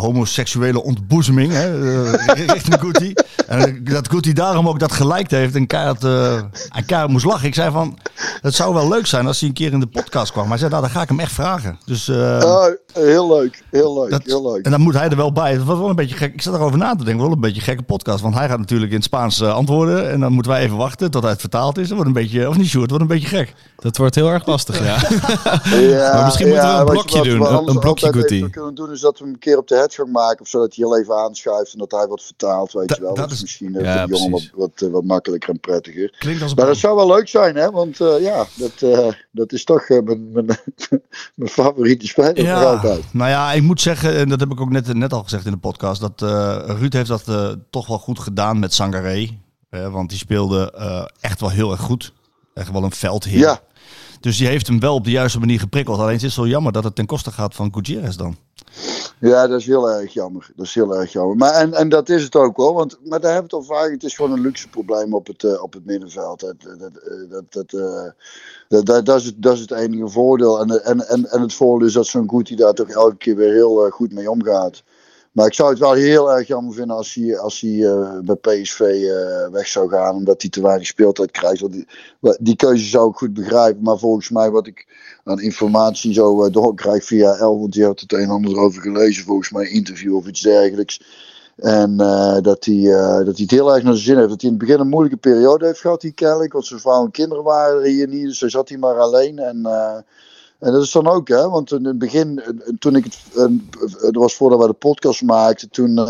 S7: homoseksuele ontboezeming richting Guti. En dat Guti daarom ook dat geliked heeft en keihard moest lachen. Ik zei van, het zou wel leuk zijn als hij een keer in de podcast kwam. Maar hij zei, nou, dan ga ik hem echt vragen. Dus,
S3: heel leuk.
S7: En dan moet hij er wel bij. Het was wel een beetje gek. Ik zat erover na te denken, wel een beetje een gekke podcast. Want hij gaat natuurlijk in het Spaans antwoorden. En dan moeten wij even wachten tot hij het vertaald is. Dat wordt een beetje, of niet Sjoerd, wordt een beetje gek.
S6: Dat wordt heel erg lastig, ja.
S1: Maar misschien moeten we een blokje doen. Een blokje Guti.
S3: Wat we kunnen doen is dat we hem een keer op de headgang maken. Of zo, dat hij heel even aanschuift en dat hij wordt vertaald. Weet je wel. Dat is misschien voor de jongen wat makkelijker en prettiger.
S7: Klinkt als
S3: maar dat zou wel leuk zijn, hè? Want dat is toch mijn favoriete speler.
S7: Ja, nou ja, ik moet zeggen, en dat heb ik ook net al gezegd in de podcast, dat Ruud heeft dat toch wel goed gedaan met Sangaré. Want die speelde echt wel heel erg goed. Echt wel een veldheer. Ja. Dus die heeft hem wel op de juiste manier geprikkeld. Alleen het is zo jammer dat het ten koste gaat van Gutierrez dan. Ja,
S3: dat is heel erg jammer. Maar, en dat is het ook hoor. Maar daar hebben we het al vaak. Het is gewoon een luxe probleem op het middenveld. Dat is het enige voordeel. En het voordeel is dat zo'n Guti daar toch elke keer weer heel goed mee omgaat. Maar ik zou het wel heel erg jammer vinden als hij bij PSV weg zou gaan. Omdat hij te weinig speeltijd krijgt. Want die keuze zou ik goed begrijpen. Maar volgens mij wat ik aan informatie zo doorkrijg via El. Want die had het een en ander over gelezen. Volgens mij een interview of iets dergelijks. En dat hij het heel erg naar zijn zin heeft. Dat hij in het begin een moeilijke periode heeft gehad hier kennelijk. Want zijn vrouw en kinderen waren hier niet. Dus hij zat hier maar alleen. En dat is dan ook, hè, want in het begin, toen ik het was voordat we de podcast maakten,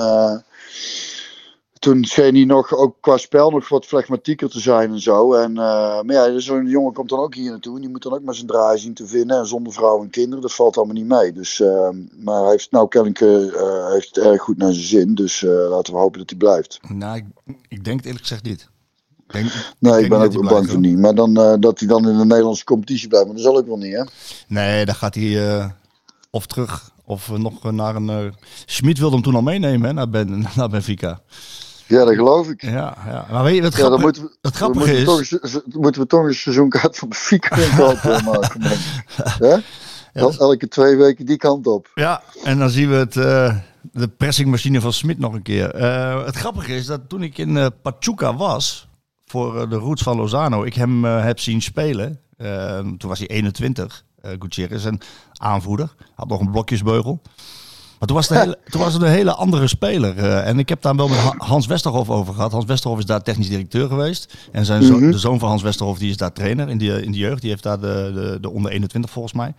S3: toen scheen hij nog, ook qua spel, nog wat flegmatieker te zijn en zo. Maar ja, zo'n jongen komt dan ook hier naartoe en die moet dan ook maar zijn draai zien te vinden. En zonder vrouw en kinderen, dat valt allemaal niet mee. Dus, maar hij heeft nou kennelijk heeft het erg goed naar zijn zin, dus laten we hopen dat hij blijft.
S7: Nou, ik denk het eerlijk gezegd niet.
S3: Ik ben ook bang voor niet. Maar dan, dat hij dan in de Nederlandse competitie blijft. Maar dat zal ook wel niet, hè?
S7: Nee, dan gaat hij of terug of nog naar een... Schmid wilde hem toen al meenemen, hè, naar Benfica.
S3: Ja, dat geloof ik.
S7: Ja. Maar weet je wat grappige is?
S3: Moeten we toch een seizoenkaart van Benfica maken. Elke 2 weken die kant op.
S7: Ja, en dan zien we de pressingmachine van Schmid nog een keer. Het grappige is dat toen ik in Pachuca was... voor de Roots van Lozano, ik hem heb zien spelen. Toen was hij 21, Gutierrez, een aanvoerder. Had nog een blokjesbeugel. Maar toen was het een hele andere speler. En ik heb daar wel met Hans Westerhof over gehad. Hans Westerhof is daar technisch directeur geweest. En de zoon van Hans Westerhof die is daar trainer in de jeugd. Die heeft daar de onder 21 volgens mij.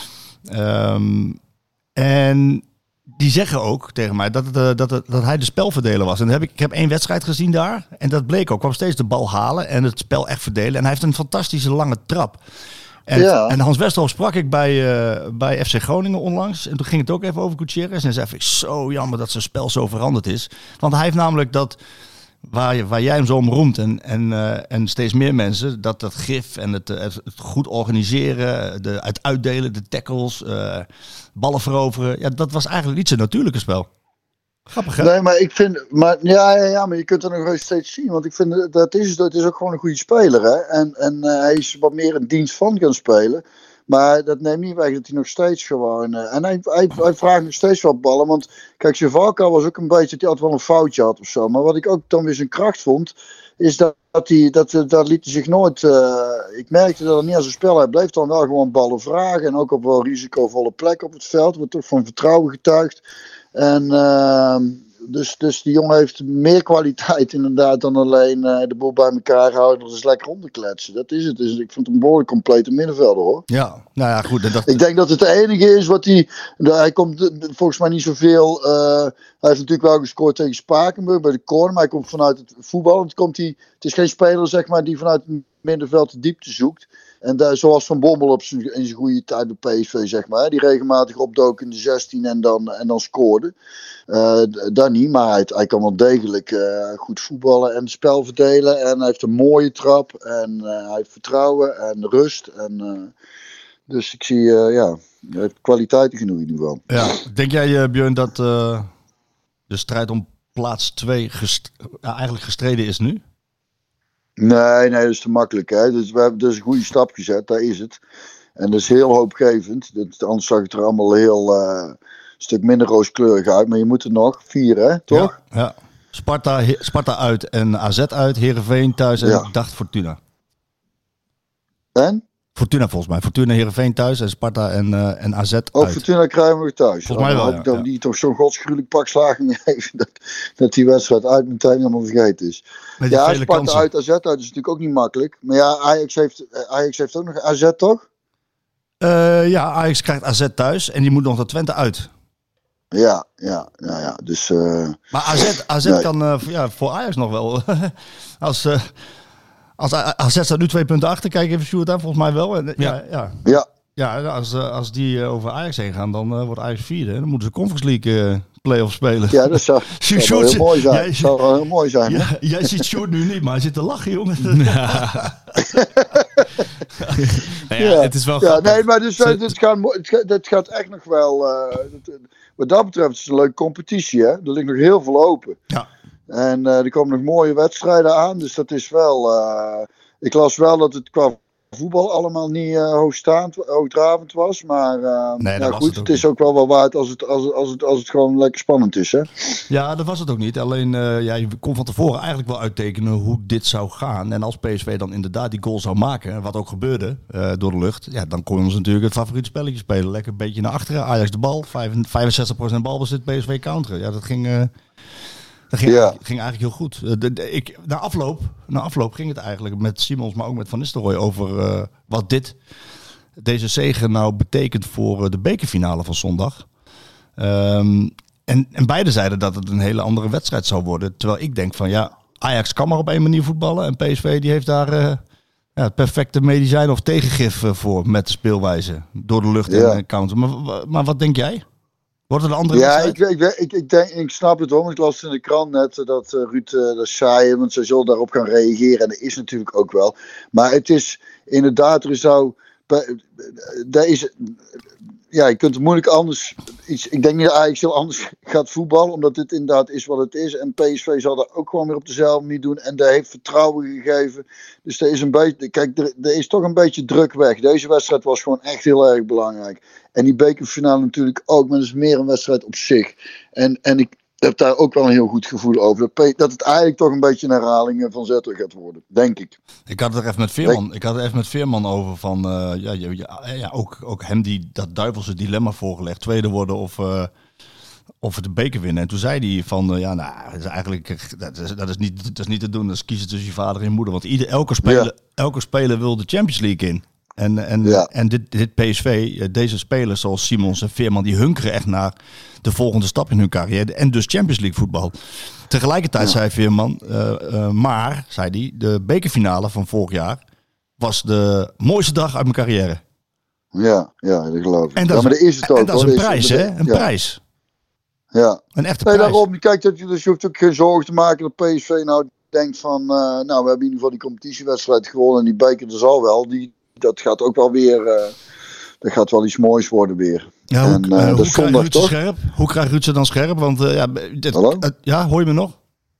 S7: En... die zeggen ook tegen mij dat hij de spelverdeler was. En ik heb 1 wedstrijd gezien daar. En dat bleek ook. Kwam steeds de bal halen en het spel echt verdelen. En hij heeft een fantastische lange trap. En Hans Westerhof sprak ik bij FC Groningen onlangs. En toen ging het ook even over Gutierrez. En zei ik, zo jammer dat zijn spel zo veranderd is. Want hij heeft namelijk dat... Waar jij hem zo om roemt en steeds meer mensen, dat gif en het goed organiseren, het uitdelen, de tackles, ballen veroveren, ja, dat was eigenlijk niet zijn natuurlijke spel. Grappig, hè?
S3: Nee, maar ik vind, maar je kunt er nog steeds zien, want ik vind dat is ook gewoon een goede speler, hè? En hij is wat meer in dienst van gaan spelen. Maar dat neemt niet weg dat hij nog steeds gewoon... en hij vraagt nog steeds wat ballen. Want kijk, Zevalka was ook een beetje... dat hij altijd wel een foutje had of zo. Maar wat ik ook dan weer zijn kracht vond... is dat liet hij zich nooit... ik merkte dat het niet als een spel... Hij bleef dan wel gewoon ballen vragen. En ook op wel risicovolle plekken op het veld. Wat toch van vertrouwen getuigt. En... Dus die jongen heeft meer kwaliteit inderdaad dan alleen de boel bij elkaar houden en eens lekker onderkletsen. Dat is het. Dus ik vind hem een behoorlijk complete middenvelder, hoor.
S7: Ja, nou ja, goed.
S3: Ik denk dat het de enige is wat hij komt volgens mij niet zoveel. Hij heeft natuurlijk wel gescoord tegen Spakenburg bij de corner, maar hij komt vanuit het voetbal. Het is geen speler, zeg maar, die vanuit het middenveld de diepte zoekt. En zoals Van Bommel in zijn goede tijd bij PSV, zeg maar. Die regelmatig opdook in de 16 en dan scoorde. Dat niet, maar hij kan wel degelijk goed voetballen en spel verdelen. En hij heeft een mooie trap. En hij heeft vertrouwen en rust. Dus ik zie, hij heeft kwaliteiten genoeg in ieder geval.
S7: Ja, denk jij, Björn, dat de strijd om plaats 2 eigenlijk gestreden is nu?
S3: Nee, dat is te makkelijk. Hè? Dus we hebben dus een goede stap gezet, daar is het. En dat is heel hoopgevend. Anders zag het er allemaal stuk minder rooskleurig uit. Maar je moet er nog 4, hè? Toch?
S7: Ja. Sparta uit en AZ uit. Heerenveen thuis en ik dacht Fortuna.
S3: En?
S7: Fortuna volgens mij. Fortuna, Heerenveen thuis en Sparta en AZ uit.
S3: Fortuna krijgen we nog thuis.
S7: Volgens mij wel,
S3: hoop ik dat die toch zo'n godsgruwelijk pak slagen heeft. Dat die wedstrijd uit meteen helemaal vergeten is. Ja, Sparta kansen. Uit, AZ uit is natuurlijk ook niet makkelijk. Maar ja, Ajax heeft ook nog AZ, toch?
S7: Ja, Ajax krijgt AZ thuis en die moet nog naar Twente uit.
S3: Ja. Dus,
S7: maar AZ kan voor Ajax nog wel. Als AZ staat nu 2 punten achter, kijk even Sjoerd aan, volgens mij wel. Ja, als die over Ajax heen gaan, dan wordt Ajax 4e. Dan moeten ze Conference League play-off spelen.
S3: Ja, dat zou wel heel mooi zijn. Dat zou wel heel mooi zijn.
S7: Ja, jij ziet Sjoerd nu niet, maar hij zit te lachen, jongen.
S1: Het is wel grappig.
S3: Nee, maar dus, het gaat echt nog wel... wat dat betreft is het een leuke competitie, hè. Er ligt nog heel veel open. Ja. En er komen nog mooie wedstrijden aan. Dus dat is wel... ik las wel dat het qua voetbal allemaal niet hoogdravend was. Maar goed, het is ook wel waard als het gewoon lekker spannend is. Hè?
S7: Ja, dat was het ook niet. Alleen, je kon van tevoren eigenlijk wel uittekenen hoe dit zou gaan. En als PSV dan inderdaad die goal zou maken, wat ook gebeurde door de lucht. Ja, dan kon ze natuurlijk het favoriete spelletje spelen. Lekker een beetje naar achteren. Ajax de bal, 65% balbezit, PSV counteren. Ja, dat ging... Dat ging eigenlijk heel goed. Na afloop ging het eigenlijk met Simons, maar ook met Van Nistelrooy over wat deze zege nou betekent voor de bekerfinale van zondag. En beide zeiden dat het een hele andere wedstrijd zou worden. Terwijl ik denk van Ajax kan maar op één manier voetballen. En PSV die heeft daar het perfecte medicijn of tegengif voor met de speelwijze. Door de lucht en counter. Maar wat denk jij? Wordt het een andere wedstrijd?
S3: Ik snap het hoor, want ik las in de krant net dat Ruud dat zei, want ze zullen daarop gaan reageren en dat is natuurlijk ook wel. Maar het is inderdaad, je kunt het moeilijk anders ik denk niet dat Ajax heel anders gaat voetballen, omdat dit inderdaad is wat het is. En PSV zal dat ook gewoon weer op dezelfde manier doen en daar heeft vertrouwen gegeven. Dus er is een beetje, kijk, er is toch een beetje druk weg. Deze wedstrijd was gewoon echt heel erg belangrijk. En die bekerfinale natuurlijk ook, maar dat is meer een wedstrijd op zich. En ik heb daar ook wel een heel goed gevoel over. Dat het eigenlijk toch een beetje een herhaling van Zetter gaat worden, denk ik.
S7: Ik had het er even met Veerman over van, ook hem die dat duivelse dilemma voorgelegd. Tweede worden of de beker winnen. En toen zei hij van, dat is eigenlijk, dat is niet te doen. Dat is kiezen tussen je vader en je moeder. Want elke speler wil de Champions League in. En dit PSV, deze spelers zoals Simons en Veerman, die hunkeren echt naar de volgende stap in hun carrière. En dus Champions League voetbal. Tegelijkertijd zei Veerman, maar, zei hij, de bekerfinale van vorig jaar was de mooiste dag uit mijn carrière.
S3: Ja, dat geloof ik.
S7: En dat,
S3: maar dat is het ook.
S7: En dat is een prijs, hè? Een prijs.
S3: Ja.
S7: Een echte prijs.
S3: Daarom, kijk, dus je hoeft ook geen zorgen te maken dat PSV nou denkt van, we hebben in ieder geval die competitiewedstrijd gewonnen en die beker er zal wel. Dat gaat ook wel weer, dat gaat wel iets moois worden weer.
S7: Ja, hoe krijgt Ruud ze scherp? Hoe krijgt Ruud ze dan scherp? Want hoor je me nog?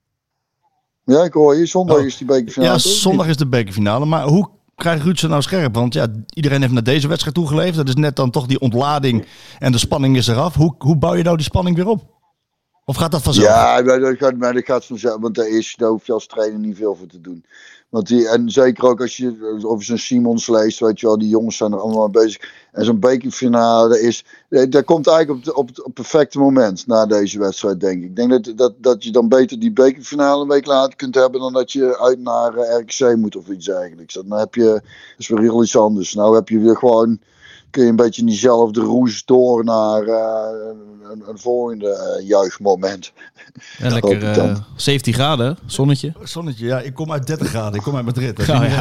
S3: Ja, ik hoor je. Zondag is die bekerfinale.
S7: Ja, zondag is de bekerfinale. Maar hoe krijgt Ruud ze nou scherp? Want iedereen heeft naar deze wedstrijd toegeleefd. Dat is net dan toch die ontlading en de spanning is eraf. Hoe bouw je nou die spanning weer op? Of gaat dat vanzelf?
S3: Ja, dat gaat vanzelf. Want daar hoef je als trainer niet veel voor te doen. En zeker ook als je over zo'n Simons leest, weet je wel, die jongens zijn er allemaal mee bezig. En zo'n bekerfinale dat komt eigenlijk op het perfecte moment na deze wedstrijd, denk ik. Ik denk dat je dan beter die bekerfinale een week later kunt hebben dan dat je uit naar RKC moet of iets eigenlijk. Dat is weer heel iets anders. Nou heb je weer gewoon, kun je een beetje in diezelfde roes door naar een volgende juichmoment.
S1: Ja, lekker 17 graden, zonnetje.
S7: Zonnetje, ja. Ik kom uit 30 graden. Ik kom uit Madrid.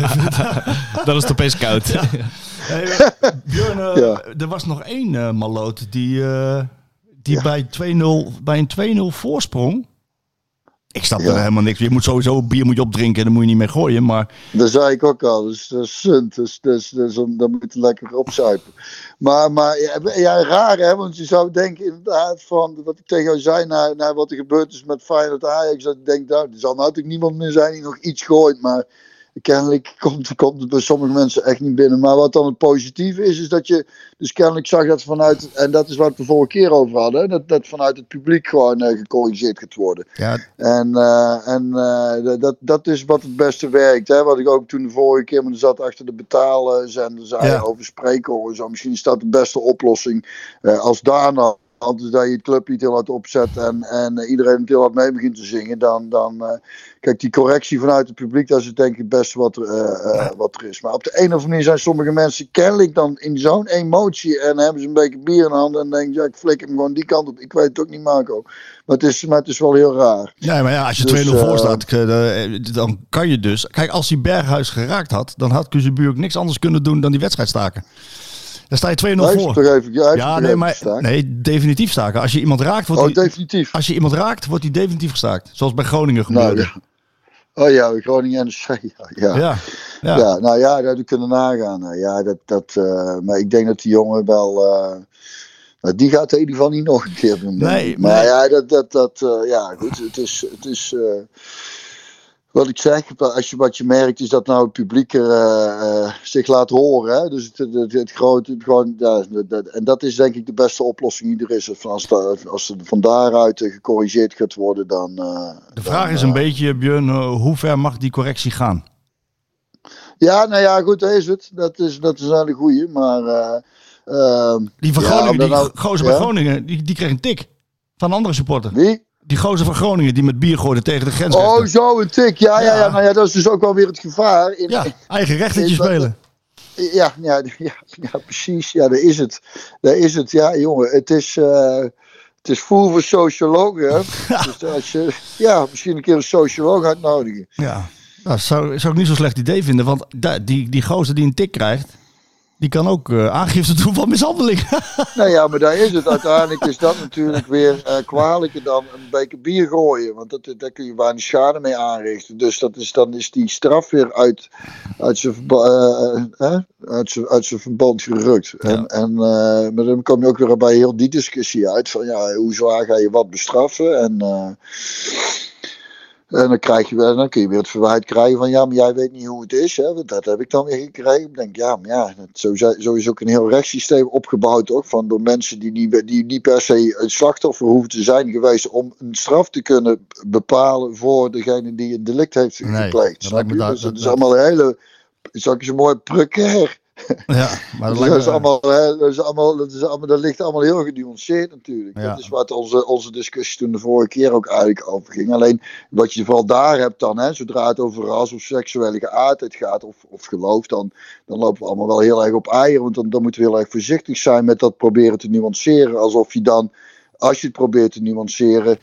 S1: Dat is opeens koud.
S7: Björn, er was nog één maloot die bij een 2-0 voorsprong. Ik snap er helemaal niks. Je moet sowieso bier opdrinken en dan moet je niet meer gooien. Maar...
S3: Dat zei ik ook al. Dus dat is sunt. Dan moet je lekker opzuipen. Maar raar hè. Want je zou denken inderdaad van wat ik tegen jou zei naar wat er gebeurd is met Feyenoord Ajax. Dat ik denk, er zal natuurlijk niemand meer zijn die nog iets gooit. Maar kennelijk komt het bij sommige mensen echt niet binnen. Maar wat dan het positieve is dat je dus kennelijk zag dat vanuit, en dat is wat we de vorige keer over hadden, dat vanuit het publiek gewoon gecorrigeerd gaat worden.
S7: Ja.
S3: Dat is wat het beste werkt. Hè? Wat ik ook toen de vorige keer, maar er zat achter de betaalzender, zei over spreken. Zo, misschien is dat de beste oplossing. Als daarna, dus dat je het clublied heel hard opzet en iedereen het heel hard mee begint te zingen, dan kijk, die correctie vanuit het publiek, dat is denk ik het beste wat er is. Maar op de een of andere manier zijn sommige mensen kennelijk dan in zo'n emotie en hebben ze een beetje bier in de hand en denken, ja, ik flikker hem gewoon die kant op. Ik weet het ook niet, Marco. Maar het is wel heel raar.
S7: Ja, maar ja, als je 2-0 voor staat, dan kan je dus. Kijk, als hij Berghuis geraakt had, dan had Kuzebuur ook niks anders kunnen doen dan die wedstrijd staken. Dan sta je 2-0 voor. Nee, definitief staken. Als je iemand raakt, Als je iemand raakt, wordt hij definitief gestaakt. Zoals bij Groningen gebeurde.
S3: Nou, ja. Oh ja, Groningen en de ja, nou ja, dat kunnen nagaan. Maar ik denk dat die jongen wel. Die gaat in ieder geval niet nog een keer doen.
S7: Nee,
S3: maar ja, ja, goed. Het is wat ik zeg, wat je merkt is dat nou het publiek zich laat horen. Hè? Dus het grote, gewoon, en dat is denk ik de beste oplossing die er is. Als er van daaruit gecorrigeerd gaat worden, dan...
S7: de vraag is een beetje, Björn, hoe ver mag die correctie gaan?
S3: Ja, nou ja, goed, dat is het. Dat is een hele goeie, maar...
S7: die van Groningen, die gozer bij Groningen, die kreeg een tik van een andere supporter.
S3: Wie?
S7: Die gozer van Groningen die met bier gooide tegen de grens.
S3: Oh, zo een tik. Ja. Nou ja, dat is dus ook wel weer het gevaar.
S7: Eigen rechtertje spelen.
S3: Ja, precies. Ja, daar is het. Ja, jongen, het is voer voor sociologen. Dus als je, misschien een keer een socioloog uitnodigen.
S7: Ja, dat zou ik niet zo'n slecht idee vinden. Want die gozer die een tik krijgt, die kan ook aangifte doen van mishandeling. Nou
S3: ja, maar daar is het. Uiteindelijk is dat natuurlijk weer kwalijker dan een beker bier gooien. Want daar kun je weinig schade mee aanrichten. Dus dan is die straf weer uit zijn verband gerukt.
S7: Ja.
S3: Maar dan kom je ook weer bij heel die discussie uit. Van ja, hoe zwaar ga je wat bestraffen? En dan kun je weer het verwijt krijgen van ja, maar jij weet niet hoe het is. Hè? Want dat heb ik dan weer gekregen. Ik denk zo is ook een heel rechtssysteem opgebouwd ook, van door mensen die niet per se een slachtoffer hoeven te zijn geweest om een straf te kunnen bepalen voor degene die een delict heeft gepleegd. Snap je? Dus het is allemaal een hele, zal ik eens een mooi precair.
S7: Ja, maar
S3: dat ligt allemaal heel genuanceerd natuurlijk. Ja. Dat is wat onze discussie toen de vorige keer ook eigenlijk over ging. Alleen wat je vooral daar hebt dan, zodra het over ras of seksuele geaardheid gaat of geloof, dan lopen we allemaal wel heel erg op eieren. Want dan moeten we heel erg voorzichtig zijn met dat proberen te nuanceren. Alsof je dan, als je het probeert te nuanceren,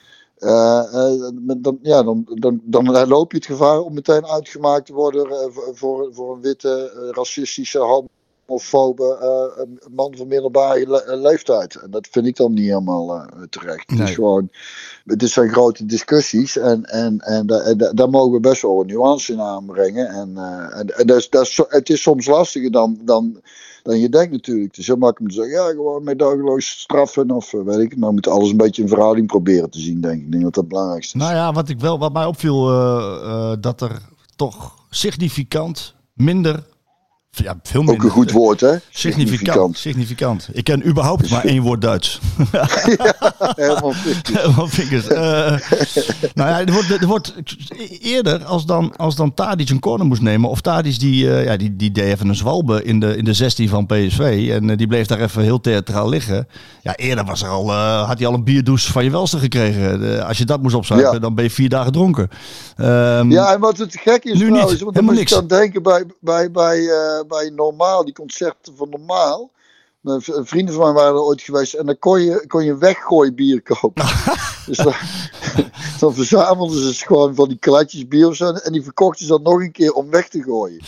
S3: dan loop je het gevaar om meteen uitgemaakt te worden voor een witte, racistische, homofobe man van middelbare leeftijd. En dat vind ik dan niet helemaal terecht. Nee. Het zijn grote discussies en daar mogen we best wel een nuance in aanbrengen. En het is soms lastiger dan je denkt natuurlijk. Het is heel makkelijk om te zeggen, ja, gewoon met dagelijks straffen of weet ik. Maar we moeten alles een beetje in verhouding proberen te zien, denk ik. Ik denk dat dat het belangrijkste is.
S7: Nou ja, wat mij opviel, dat er toch significant minder... Ja, veel minder.
S3: Ook een goed woord, hè?
S7: Significant. Ik ken überhaupt maar één woord Duits.
S3: Helemaal
S7: vingers. Nou ja, er wordt eerder als dan Tadic een corner moest nemen, of Tadic die deed even een zwalbe in de 16 van PSV en die bleef daar even heel theatraal liggen. Ja, eerder had hij al een bierdouche van je welste gekregen. Als je dat moest opzuigen, dan ben je 4 dagen dronken.
S3: Ja, en wat het gek is
S7: nu
S3: trouwens,
S7: niet.
S3: Want dan moet je dan denken bij Normaal, die concerten van Normaal. Vrienden van mij waren er ooit geweest en dan kon je weggooien bier kopen. Dus dan verzamelden ze gewoon van die klatjes bier of zo, en die verkochten ze dan nog een keer om weg te gooien.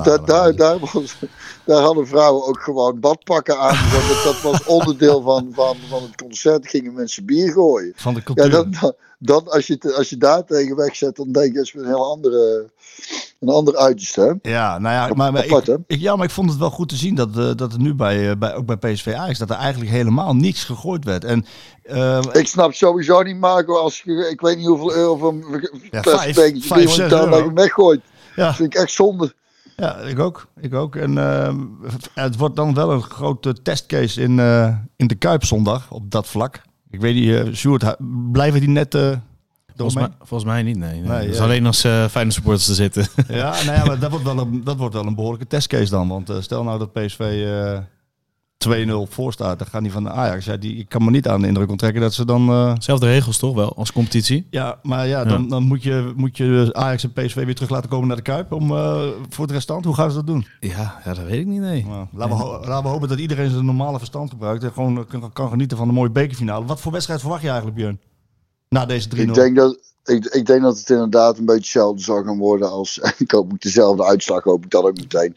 S3: Daar hadden vrouwen ook gewoon badpakken aan. Dat was onderdeel van het concert. Gingen mensen bier gooien.
S7: Van de cultuur.
S3: Ja, dan als je daar tegen wegzet, dan denk je dat is een heel een ander uiterste. Hè?
S7: Ja, nou ja, maar ik vond het wel goed te zien dat het nu ook bij PSV Ajax, dat er eigenlijk helemaal niets gegooid werd. En
S3: ik snap sowieso niet, Marco, ik weet niet hoeveel euro van
S7: €5
S3: weggooit.
S7: Ja.
S3: Dat vind ik echt zonde.
S7: Ja, ik ook. En het wordt dan wel een grote testcase in de Kuip zondag op dat vlak. Ik weet niet, Sjoerd, blijven die net...
S1: Volgens mij niet, nee.
S7: Nee,
S1: Dus
S7: ja.
S1: alleen als Feyenoord supporters te zitten.
S7: Ja, nou ja, maar dat wordt wel een behoorlijke testcase dan. Want stel nou dat PSV 2-0 voor staat, dan gaan die van de Ajax. Ja, ik kan me niet aan de indruk onttrekken dat ze dan...
S1: Zelfde regels toch wel, als competitie?
S7: Ja, maar ja, dan moet je Ajax en PSV weer terug laten komen naar de Kuip om voor het restant. Hoe gaan ze dat doen?
S1: Ja, dat weet ik niet, nee.
S7: Nou, laten we hopen dat iedereen zijn normale verstand gebruikt en gewoon kan genieten van de mooie bekerfinale. Wat voor wedstrijd verwacht je eigenlijk, Björn? Na deze 3-0.
S3: Ik denk dat het inderdaad een beetje hetzelfde zal gaan worden als... Ik hoop ook dezelfde uitslag, hoop ik dat ook meteen.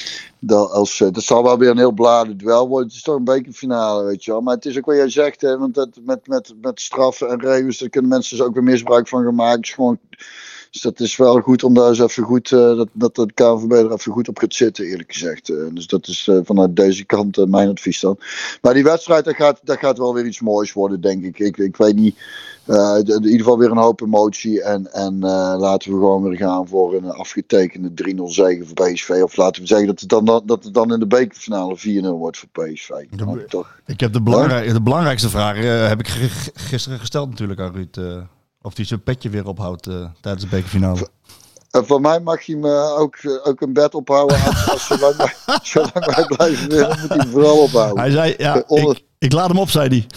S3: Dat zal wel weer een heel beladen duel worden. Het is toch een bekerfinale, weet je wel. Maar het is ook wat jij zegt, hè, want dat met straffen en regels, daar kunnen mensen dus ook weer misbruik van gaan maken. Dus dat is wel goed om daar eens even goed, dat de KNVB er even goed op gaat zitten, eerlijk gezegd. Dus dat is vanuit deze kant mijn advies dan. Maar die wedstrijd, dat gaat wel weer iets moois worden, denk ik. Ik weet niet. In ieder geval weer een hoop emotie. En laten we gewoon weer gaan voor een afgetekende 3-0 zege voor PSV. Of laten we zeggen dat het dan in de bekerfinale 4-0 wordt voor PSV.
S7: Ik heb de belangrijkste vraag heb ik gisteren gesteld natuurlijk aan Ruud. Of hij zijn petje weer ophoudt tijdens de bekerfinale.
S3: Voor mij mag hij me ook een bed ophouden. Zolang wij blijven winnen, moet hij hem vooral ophouden.
S7: Hij zei, ja, ik laat hem op, zei hij.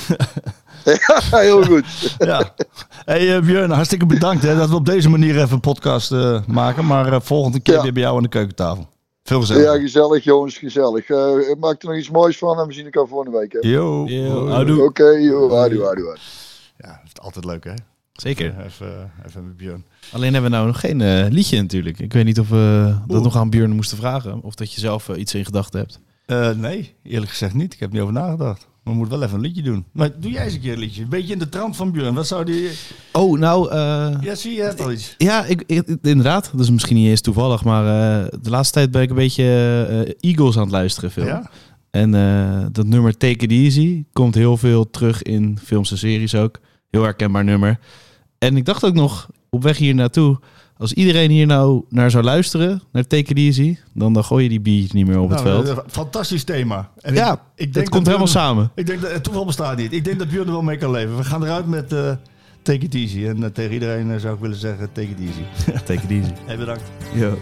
S3: Ja, heel goed.
S7: Ja. Hey Björn, hartstikke bedankt dat we op deze manier even een podcast maken. Maar volgende keer weer bij jou aan de keukentafel. Veel gezellig.
S3: Ja, gezellig jongens, gezellig. Maak er nog iets moois van en we zien elkaar volgende week. Hè?
S7: Yo.
S3: Oké, houdoe.
S7: Ja, het is altijd leuk hè.
S1: Zeker.
S7: Even met Björn.
S1: Alleen hebben we nou nog geen liedje natuurlijk. Ik weet niet of we dat nog aan Björn moesten vragen. Of dat je zelf iets in gedachten hebt.
S7: Nee, eerlijk gezegd niet. Ik heb er niet over nagedacht. Maar we moeten wel even een liedje doen. Maar doe jij eens een keer een liedje. Een beetje in de trant van Björn. Wat zou die...
S1: Oh, nou...
S7: Ja, zie je het al iets?
S1: Ja, inderdaad. Dat is misschien niet eens toevallig. Maar de laatste tijd ben ik een beetje Eagles aan het luisteren veel.
S7: Ja?
S1: En dat nummer Take It Easy komt heel veel terug in films en series ook. Heel herkenbaar nummer. En ik dacht ook nog, op weg hier naartoe... Als iedereen hier nou naar zou luisteren, naar Take It Easy... dan gooi je die biertjes niet meer op het veld.
S7: Fantastisch thema. En
S1: ja,
S7: ik denk
S1: het komt helemaal samen.
S7: Ik denk dat het toeval bestaat niet. Ik denk dat Björn er wel mee kan leven. We gaan eruit met Take It Easy. En tegen iedereen zou ik willen zeggen, take it easy.
S1: Take it easy.
S7: Hey, bedankt.
S1: Yo.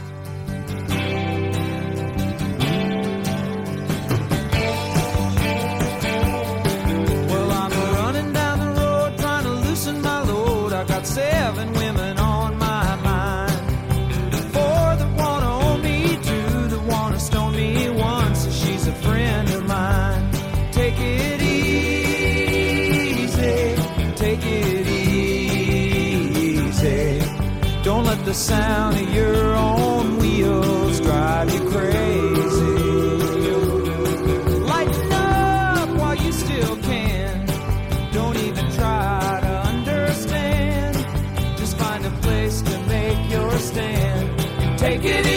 S5: The sound of your own wheels drive you crazy. Lighten up while you still can. Don't even try to understand. Just find a place to make your stand. Take it easy.